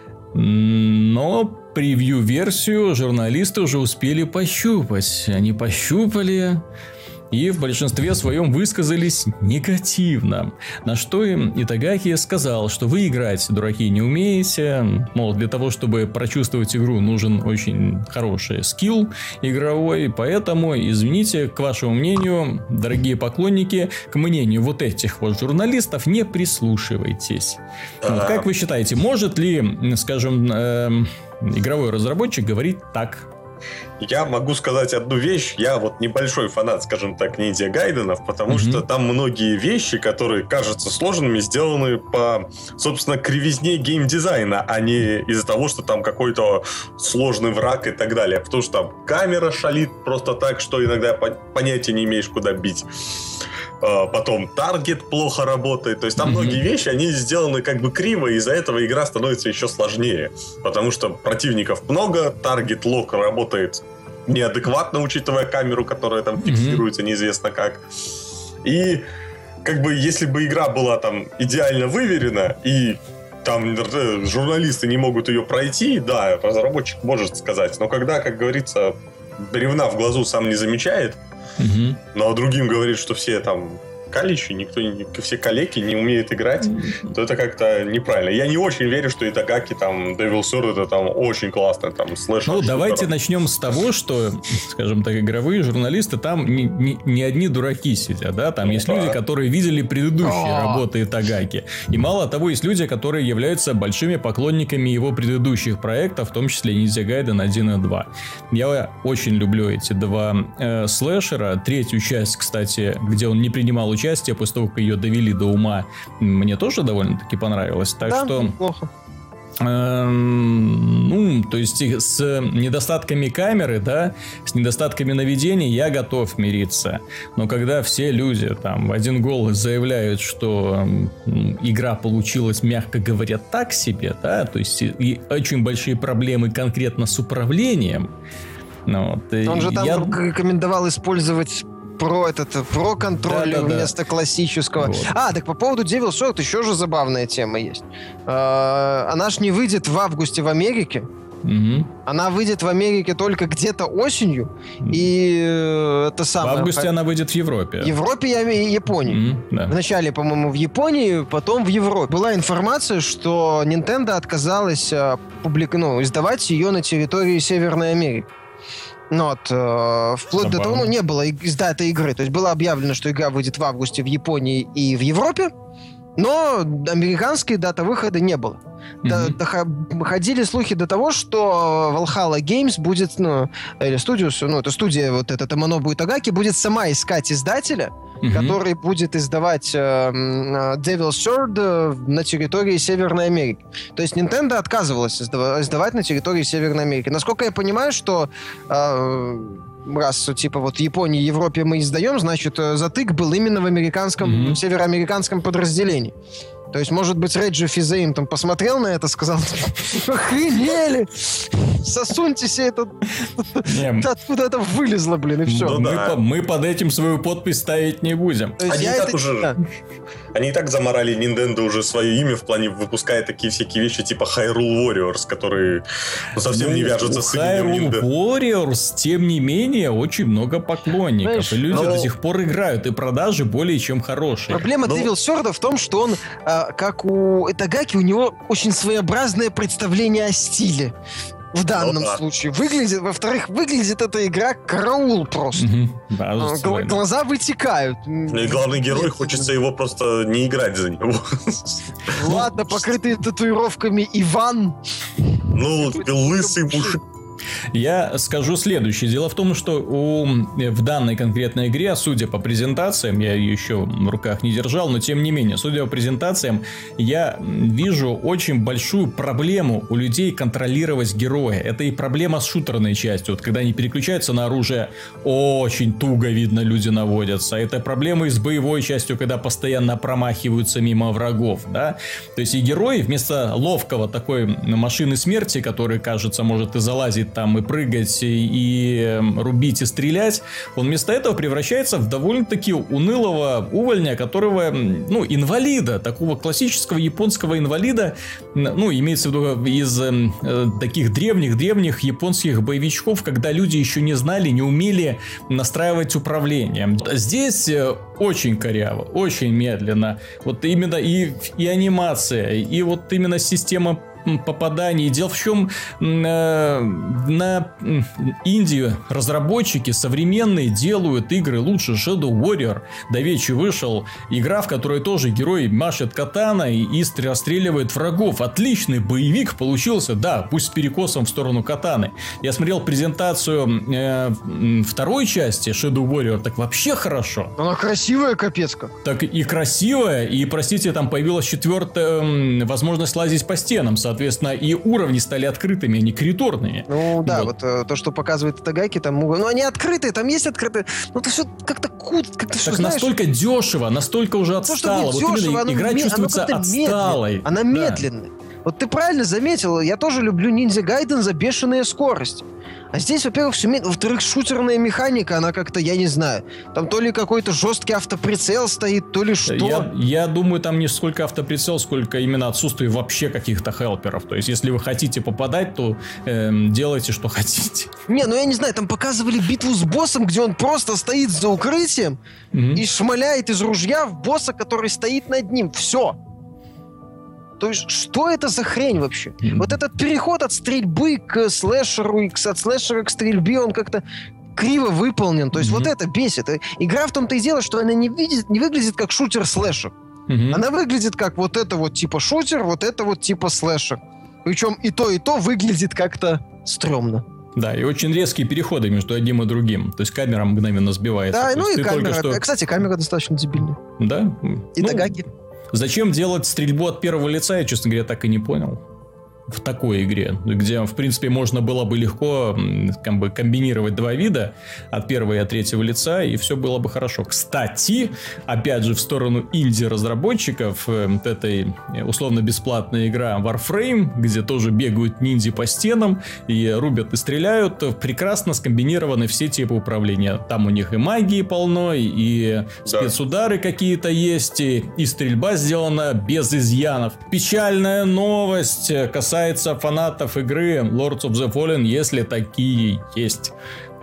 Но превью-версию журналисты уже успели пощупать. Они пощупали и в большинстве своем высказались негативно. На что им Итагаки сказал, что вы играть, дураки, не умеете. Мол, для того, чтобы прочувствовать игру, нужен очень хороший скилл игровой. Поэтому, извините, к вашему мнению, дорогие поклонники, к мнению вот этих вот журналистов не прислушивайтесь. Как вы считаете, может ли, скажем, игровой разработчик говорить так? Я могу сказать одну вещь. Я небольшой фанат, скажем так, Ninja Гайденов, потому что там многие вещи, которые кажутся сложными, сделаны по, собственно, кривизне геймдизайна, а не из-за того, что там какой-то сложный враг и так далее. Потому что там камера шалит просто так, что иногда понятия не имеешь, куда бить. Потом таргет плохо работает. То есть там многие вещи, они сделаны как бы криво, и из-за этого игра становится еще сложнее. Потому что противников много, таргет-лок работает неадекватно, учитывая камеру, которая там фиксируется неизвестно как. И как бы, если бы игра была там идеально выверена, и там журналисты не могут ее пройти, да, разработчик может сказать. Но когда, как говорится, бревна в глазу сам не замечает, ну а другим говорит, что все там каличи, все калеки не умеют играть, то это как-то неправильно. Я не очень верю, что Итагаки, там, Devil's Sword, это там очень классно, там, слэшер. Ну, давайте начнем с того, что, скажем так, игровые журналисты, там не одни дураки сидят, да, там есть люди, которые видели предыдущие работы Итагаки. И мало того, есть люди, которые являются большими поклонниками его предыдущих проектов, в том числе Ninja Gaiden 1 и 2. Я очень люблю эти два слэшера. Третью часть, кстати, где он не принимал участие после того, как ее довели до ума, мне тоже довольно-таки понравилось. Так да, что... неплохо. Ну, то есть с недостатками камеры, да, с недостатками наведения я готов мириться. Но когда все люди там в один голос заявляют, что игра получилась, мягко говоря, так себе, да, то есть и очень большие проблемы конкретно с управлением. Ну, вот, он же там рекомендовал использовать про контроль вместо классического. Вот. Так по поводу Devil's Sword еще же забавная тема есть. Она ж не выйдет в августе в Америке. Она выйдет в Америке только где-то осенью. И это самое... В августе она выйдет в Европе. В Европе и Японии. Да. Вначале, по-моему, в Японии, потом в Европе. Была информация, что Nintendo отказалась издавать ее на территории Северной Америки. Ну вот, вплоть до того, не было даты игры. То есть было объявлено, что игра выйдет в августе в Японии и в Европе, но американской даты выхода не было. Ходили слухи до того, что Valhalla Games будет, или Studios, это студия, вот эта Томонобу Итагаки, будет сама искать издателя, который будет издавать Devil's Sword на территории Северной Америки. То есть Nintendo отказывалась издавать на территории Северной Америки. Насколько я понимаю, что раз, типа, вот в Японии и Европе мы издаем, значит, затык был именно в американском, североамериканском подразделении. То есть, может быть, Реджи Физеим там посмотрел на это, сказал: охренели! Сосуньте себе это... Откуда это вылезло, блин, и все. Мы под этим свою подпись ставить не будем. Они и так заморали Nintendo уже свое имя в плане выпуская такие всякие вещи типа Hyrule Warriors, которые совсем не вяжутся с именем Nintendo. Warriors, тем не менее, очень много поклонников. Знаешь, и люди до сих пор играют, и продажи более чем хорошие. Проблема Devil's Sword в том, что он, как у Итагаки, у него очень своеобразное представление о стиле. В данном случае. Во-вторых, выглядит эта игра караул просто. Глаза вытекают. И главный герой, хочется его просто не играть за него. Ладно, покрытый татуировками Иван. Ну, лысый мужик. Я скажу следующее. Дело в том, что в данной конкретной игре, судя по презентациям, я ее еще в руках не держал, но тем не менее, судя по презентациям, я вижу очень большую проблему у людей контролировать героя. Это и проблема с шутерной частью. Вот когда они переключаются на оружие, очень туго, видно, люди наводятся. Это проблема и с боевой частью, когда постоянно промахиваются мимо врагов, да? То есть и герой вместо ловкого такой машины смерти, который, кажется, может и залазить там и прыгать, и рубить, и стрелять, он вместо этого превращается в довольно-таки унылого увольня, которого, инвалида, такого классического японского инвалида, имеется в виду из таких древних японских боевичков, когда люди еще не знали, не умели настраивать управление. Здесь очень коряво, очень медленно. Вот именно и анимация, и вот именно система попаданий. Дело в чем, на Индию разработчики современные делают игры лучше. Shadow Warrior давеча вышел. Игра, в которой тоже герой машет катаной и расстреливает врагов. Отличный боевик получился. Да, пусть с перекосом в сторону катаны. Я смотрел презентацию второй части Shadow Warrior. Так вообще хорошо. Она красивая, капец как. Так и красивая. И, простите, там появилась 4-я возможность лазить по стенам. Соответственно, и уровни стали открытыми, а не коридорными. Ну да, вот то, что показывает Итагаки, там, они открытые, там есть открытые. Ну, это все как-то как-то так настолько дешево, настолько уже отстало. Вот дешево, игра чувствуется отсталой. Она медленная. Вот ты правильно заметил, я тоже люблю Ninja Gaiden за бешеные скорости. А здесь, во-первых, все во-вторых, шутерная механика, она как-то, я не знаю, там то ли какой-то жесткий автоприцел стоит, то ли что. Я думаю, там не сколько автоприцел, сколько именно отсутствие вообще каких-то хелперов. То есть, если вы хотите попадать, то делайте, что хотите. Не, ну я не знаю, там показывали битву с боссом, где он просто стоит за укрытием и шмаляет из ружья в босса, который стоит над ним. Все. То есть, что это за хрень вообще? Вот этот переход от стрельбы к слэшеру, от слэшера к стрельбе, он как-то криво выполнен. То есть, вот это бесит. Игра в том-то и дело, что она не выглядит как шутер-слэшер. Она выглядит как вот это вот типа шутер, вот это вот типа слэшер. Причем и то выглядит как-то стрёмно. Да, и очень резкие переходы между одним и другим. То есть камера мгновенно сбивается. Да, ну и камера. Кстати, камера достаточно дебильная. Да? И Тагаки. Зачем делать стрельбу от первого лица, я, честно говоря, так и не понял. В такой игре, где, в принципе, можно было бы легко как бы комбинировать два вида от первого и от третьего лица, и все было бы хорошо. Кстати, опять же, в сторону инди-разработчиков, этой условно-бесплатная игра Warframe, где тоже бегают ниндзя по стенам и рубят и стреляют, прекрасно скомбинированы все типы управления. Там у них и магии полно, и спецудары какие-то есть, и стрельба сделана без изъянов. Печальная новость касается фанатов игры Lords of the Fallen, если такие есть.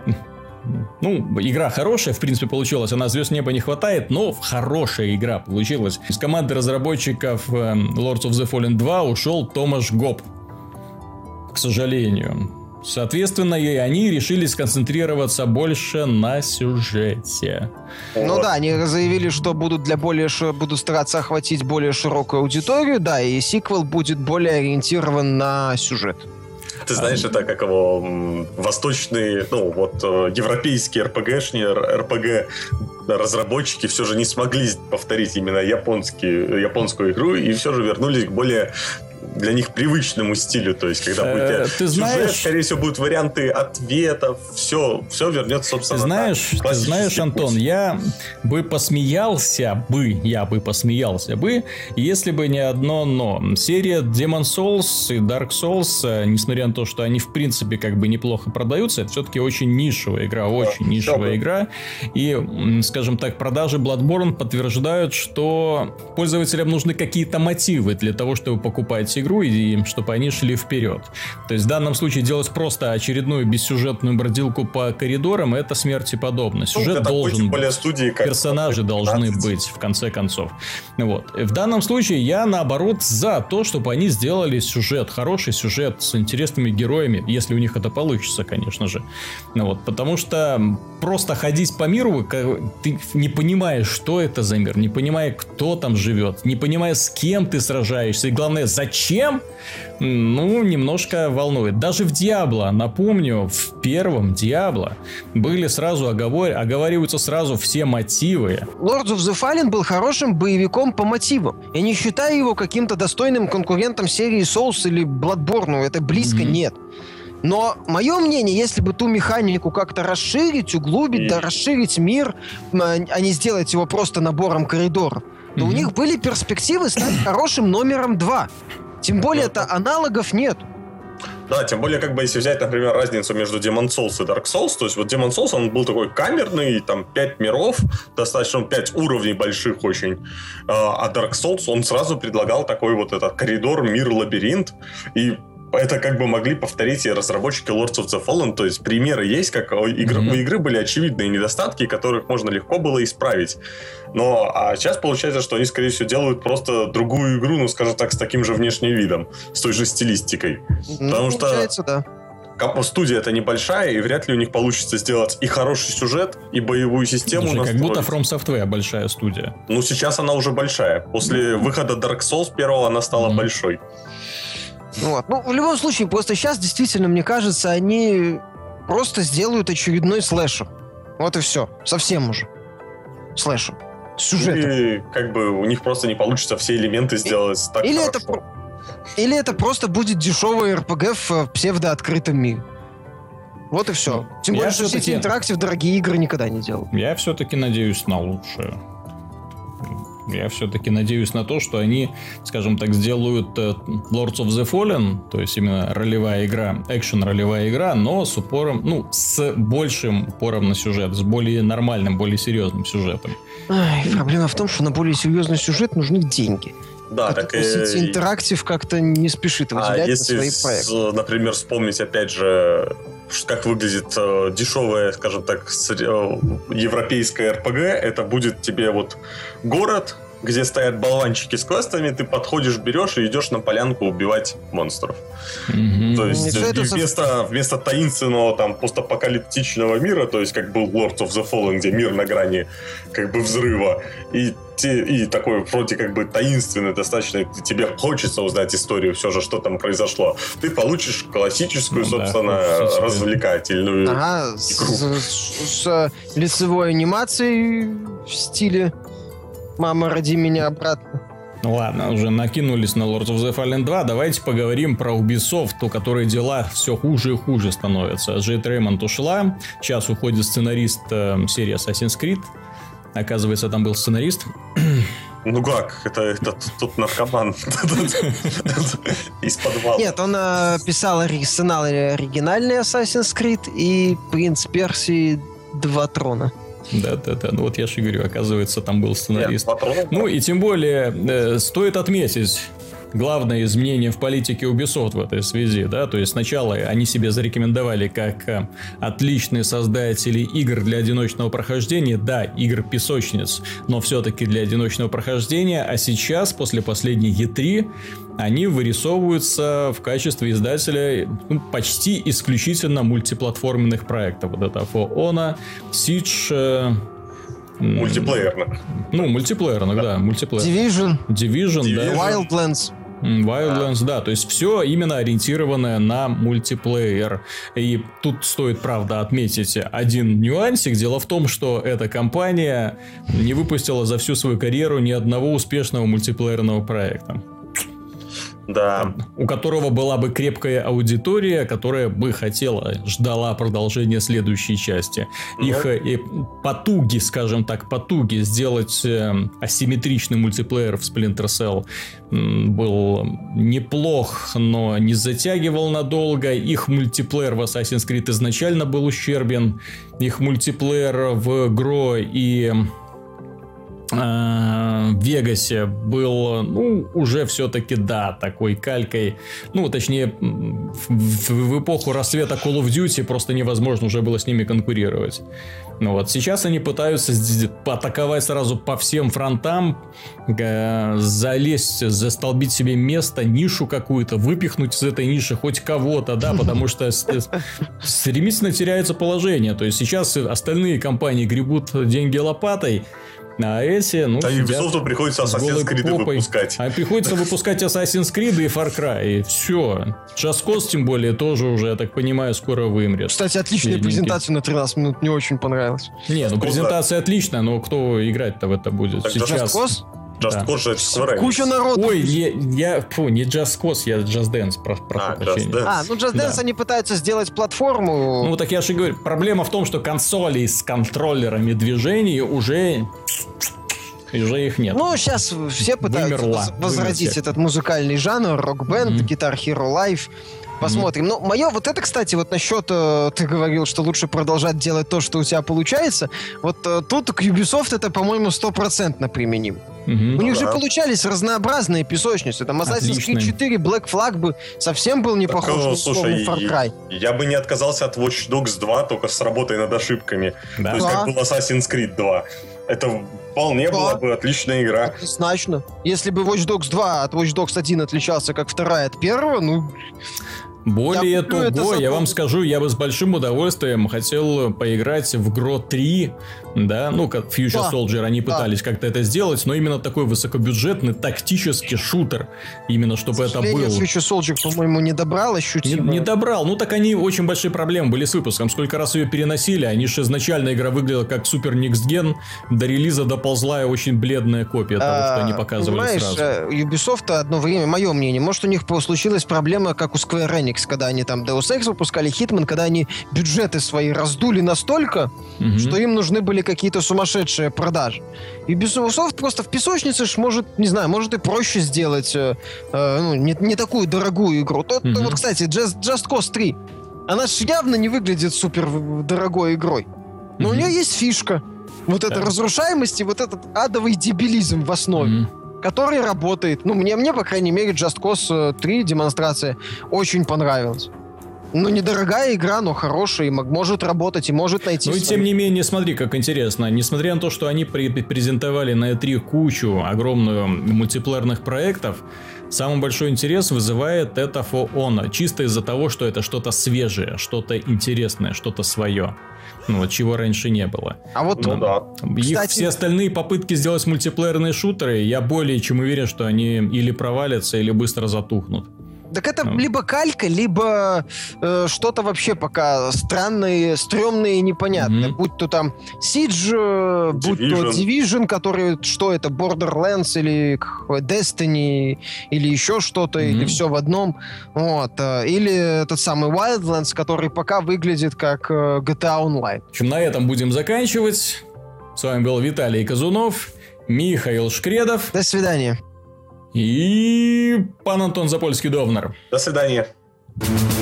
Ну, игра хорошая, в принципе, получилась. Она звезд неба не хватает, но хорошая игра получилась. Из команды разработчиков Lords of the Fallen 2 ушел Томаш Гоб. К сожалению. Соответственно, и они решили сконцентрироваться больше на сюжете. Ну да, они заявили, что будут будут стараться охватить более широкую аудиторию, да, и сиквел будет более ориентирован на сюжет. Ты знаешь, это как его восточные, ну вот европейские РПГ разработчики все же не смогли повторить именно японскую игру и все же вернулись к более для них привычному стилю, то есть когда будет сюжет, скорее всего, будут варианты ответов, все вернется, собственно. Ты знаешь, Антон, я бы посмеялся бы, если бы не одно но. Серия Demon's Souls и Dark Souls, несмотря на то, что они в принципе как бы неплохо продаются, это все-таки очень нишевая игра, и, скажем так, продажи Bloodborne подтверждают, что пользователям нужны какие-то мотивы для того, чтобы покупать игру и чтобы они шли вперед. То есть в данном случае делать просто очередную бессюжетную бродилку по коридорам — это смерти подобно. Сюжет должен быть, персонажи должны быть в конце концов. Вот. В данном случае я наоборот за то, чтобы они сделали сюжет, хороший сюжет с интересными героями, если у них это получится, конечно же. Вот. Потому что просто ходить по миру, ты не понимаешь, что это за мир, не понимая, кто там живет, не понимая, с кем ты сражаешься, и главное, зачем, ну, немножко волнует. Даже в Диабло, напомню, в первом Диабло были сразу оговариваются сразу все мотивы. Lords of the Fallen был хорошим боевиком по мотивам. Я не считаю его каким-то достойным конкурентом серии Souls или Bloodborne, это близко нет. Но мое мнение, если бы ту механику как-то расширить, углубить, да расширить мир, а не сделать его просто набором коридоров, то у них были перспективы стать хорошим номером 2. Тем более-то аналогов нет. Да, тем более, как бы, если взять, например, разницу между Demon's Souls и Dark Souls, то есть вот Demon's Souls, он был такой камерный, там 5 миров, достаточно 5 уровней больших очень, а Dark Souls, он сразу предлагал такой вот этот коридор, мир, лабиринт, и это как бы могли повторить и разработчики Lords of the Fallen, то есть примеры есть, как у игры были очевидные недостатки, которых можно легко было исправить. Но сейчас получается, что они, скорее всего, делают просто другую игру, ну, скажем так, с таким же внешним видом, с той же стилистикой. Потому что да. Студия это небольшая, и вряд ли у них получится сделать и хороший сюжет, и боевую систему. Слушай, как будто From Software большая студия. Ну, сейчас она уже большая. После выхода Dark Souls первого она стала большой. Вот. Ну, в любом случае, просто сейчас, действительно, мне кажется, они просто сделают очередной слэшер. Вот и все. Совсем уже. Слэшер. С сюжетом. И как бы у них просто не получится все элементы сделать так хорошо. Или это просто будет дешевый РПГ в псевдооткрытом мире. Вот и все. Тем более, что City Interactive дорогие игры никогда не делал. Я все-таки надеюсь на лучшее. Я все-таки надеюсь на то, что они, скажем так, сделают Lords of the Fallen, то есть именно ролевая игра, экшен-ролевая игра, но с упором, ну, с большим упором на сюжет, с более нормальным, более серьезным сюжетом. Проблема в том, что на более серьезный сюжет нужны деньги. Да, так и... City Interactive как-то не спишит выделять на свои проекты. Если, например, вспомнить, опять же, как выглядит дешевая, скажем так, европейская РПГ, это будет тебе вот город, где стоят болванчики с квестами, ты подходишь, берешь и идешь на полянку убивать монстров. То есть вместо таинственного там постапокалиптичного мира, то есть как был Lords of the Fallen, где мир на грани как бы взрыва, и такой вроде как бы таинственный достаточно, тебе хочется узнать историю, все же, что там произошло. Ты получишь классическую, собственно, развлекательную игру. С лицевой анимацией в стиле «Мама, роди меня обратно». Ну ладно, уже накинулись на Lords of the Fallen 2. Давайте поговорим про Ubisoft, у которой дела все хуже и хуже становятся. Джейд Реймонд ушла, сейчас уходит сценарист серии Assassin's Creed. Оказывается, там был сценарист. Ну как? Это тут наркоман из подвала. Нет, он писал сценарий оригинальный Assassin's Creed и «Принц Персии. Два трона». Да. Ну вот я же говорю, оказывается, там был сценарист. Ну и тем более стоит отметить главное изменение в политике Ubisoft в этой связи, да, то есть сначала они себя зарекомендовали как отличные создатели игр для одиночного прохождения, да, игр-песочниц, но все-таки для одиночного прохождения, а сейчас, после последней E3, они вырисовываются в качестве издателя почти исключительно мультиплатформенных проектов. Вот это For Honor, Siege... Мультиплеерных. Ну, мультиплеерных, да, мультиплеер. Division, да. Wildlands. Wildlands, да, то есть все именно ориентированное на мультиплеер. И тут стоит, правда, отметить один нюансик. Дело в том, что эта компания не выпустила за всю свою карьеру ни одного успешного мультиплеерного проекта. Да. У которого была бы крепкая аудитория, которая бы ждала продолжения следующей части. Их потуги, скажем так, сделать асимметричный мультиплеер в Splinter Cell был неплох, но не затягивал надолго. Их мультиплеер в Assassin's Creed изначально был ущербен. Их мультиплеер в Gro и в Вегасе был, уже все-таки, да, такой калькой. Точнее, в эпоху расцвета Call of Duty просто невозможно уже было с ними конкурировать. Сейчас они пытаются атаковать сразу по всем фронтам, залезть, застолбить себе место, нишу какую-то, выпихнуть из этой ниши хоть кого-то, да, потому что стремительно теряется положение. То есть сейчас остальные компании гребут деньги лопатой, а эти, Ubisoft приходится Assassin's Creed выпускать. А приходится выпускать Assassin's Creed и Far Cry, и все. Just Cause, тем более, тоже уже, я так понимаю, скоро вымрет. Кстати, отличная презентация на 13 минут, мне очень понравилась. Презентация отличная, но кто играть-то в это будет? Так сейчас? Just Cause? Just Cause же Square Enix. Куча народу. Ой, не Just Cause, я Just Dance, прошу прощения. Just Dance они пытаются сделать платформу. Так я же говорю, проблема в том, что консолей с контроллерами движений уже их нет. Сейчас все пытаются возродить этот музыкальный жанр, рок-бенд, Guitar Hero Live. Посмотрим. Мое вот это, кстати, вот насчет, ты говорил, что лучше продолжать делать то, что у тебя получается. Вот тут к Ubisoft это, по-моему, 100% применим. У них же получались разнообразные песочницы. Там Assassin's Creed 4, Black Flag бы совсем был не похож на Far Cry. Я бы не отказался от Watch Dogs 2, только с работой над ошибками. То есть как был Assassin's Creed 2. Это вполне была бы отличная игра. Однозначно. Если бы Watch Dogs 2 от Watch Dogs 1 отличался как вторая от первого, Более того, я вам скажу, я бы с большим удовольствием хотел поиграть в Gro 3, да, как Future Soldier, они пытались как-то это сделать, но именно такой высокобюджетный тактический шутер, именно чтобы это был. Future Soldier, по-моему, не добрал ощутимо. Не добрал, так они очень большие проблемы были с выпуском, сколько раз ее переносили, они же изначально игра выглядела как супер Next Gen, до релиза доползла очень бледная копия того, что они показывали сразу. Ubisoft одно время, мое мнение, может у них случилась проблема, как у Square Enix X, когда они там Deus Ex выпускали, Hitman, когда они бюджеты свои раздули настолько, что им нужны были какие-то сумасшедшие продажи. И Ubisoft просто в песочнице может, не знаю, может и проще сделать не такую дорогую игру. Вот, кстати, Just Cause 3, она же явно не выглядит супер дорогой игрой. Но у нее есть фишка. Вот эта разрушаемость и вот этот адовый дебилизм в основе, который работает. Ну, мне, по крайней мере, Just Cause 3 демонстрация очень понравилась. Ну, недорогая игра, но хорошая, и может работать, и может найти... Ну, и тем не менее, смотри, как интересно. Несмотря на то, что они презентовали на E3 кучу огромную мультиплеерных проектов, самый большой интерес вызывает это For Honor. Чисто из-за того, что это что-то свежее, что-то интересное, что-то свое. Ну, вот чего раньше не было. А вот, Кстати... все остальные попытки сделать мультиплеерные шутеры, я более чем уверен, что они или провалятся, или быстро затухнут. Так это либо калька, либо что-то вообще пока странное, стрёмное и непонятное. Будь то там Siege, будь то Division, который, что это, Borderlands или Destiny, или еще что-то, или все в одном. Вот. Или тот самый Wildlands, который пока выглядит как GTA Online. В общем, на этом будем заканчивать. С вами был Виталий Казунов, Михаил Шкредов. До свидания. И пан Антон Запольский-Довнар. До свидания.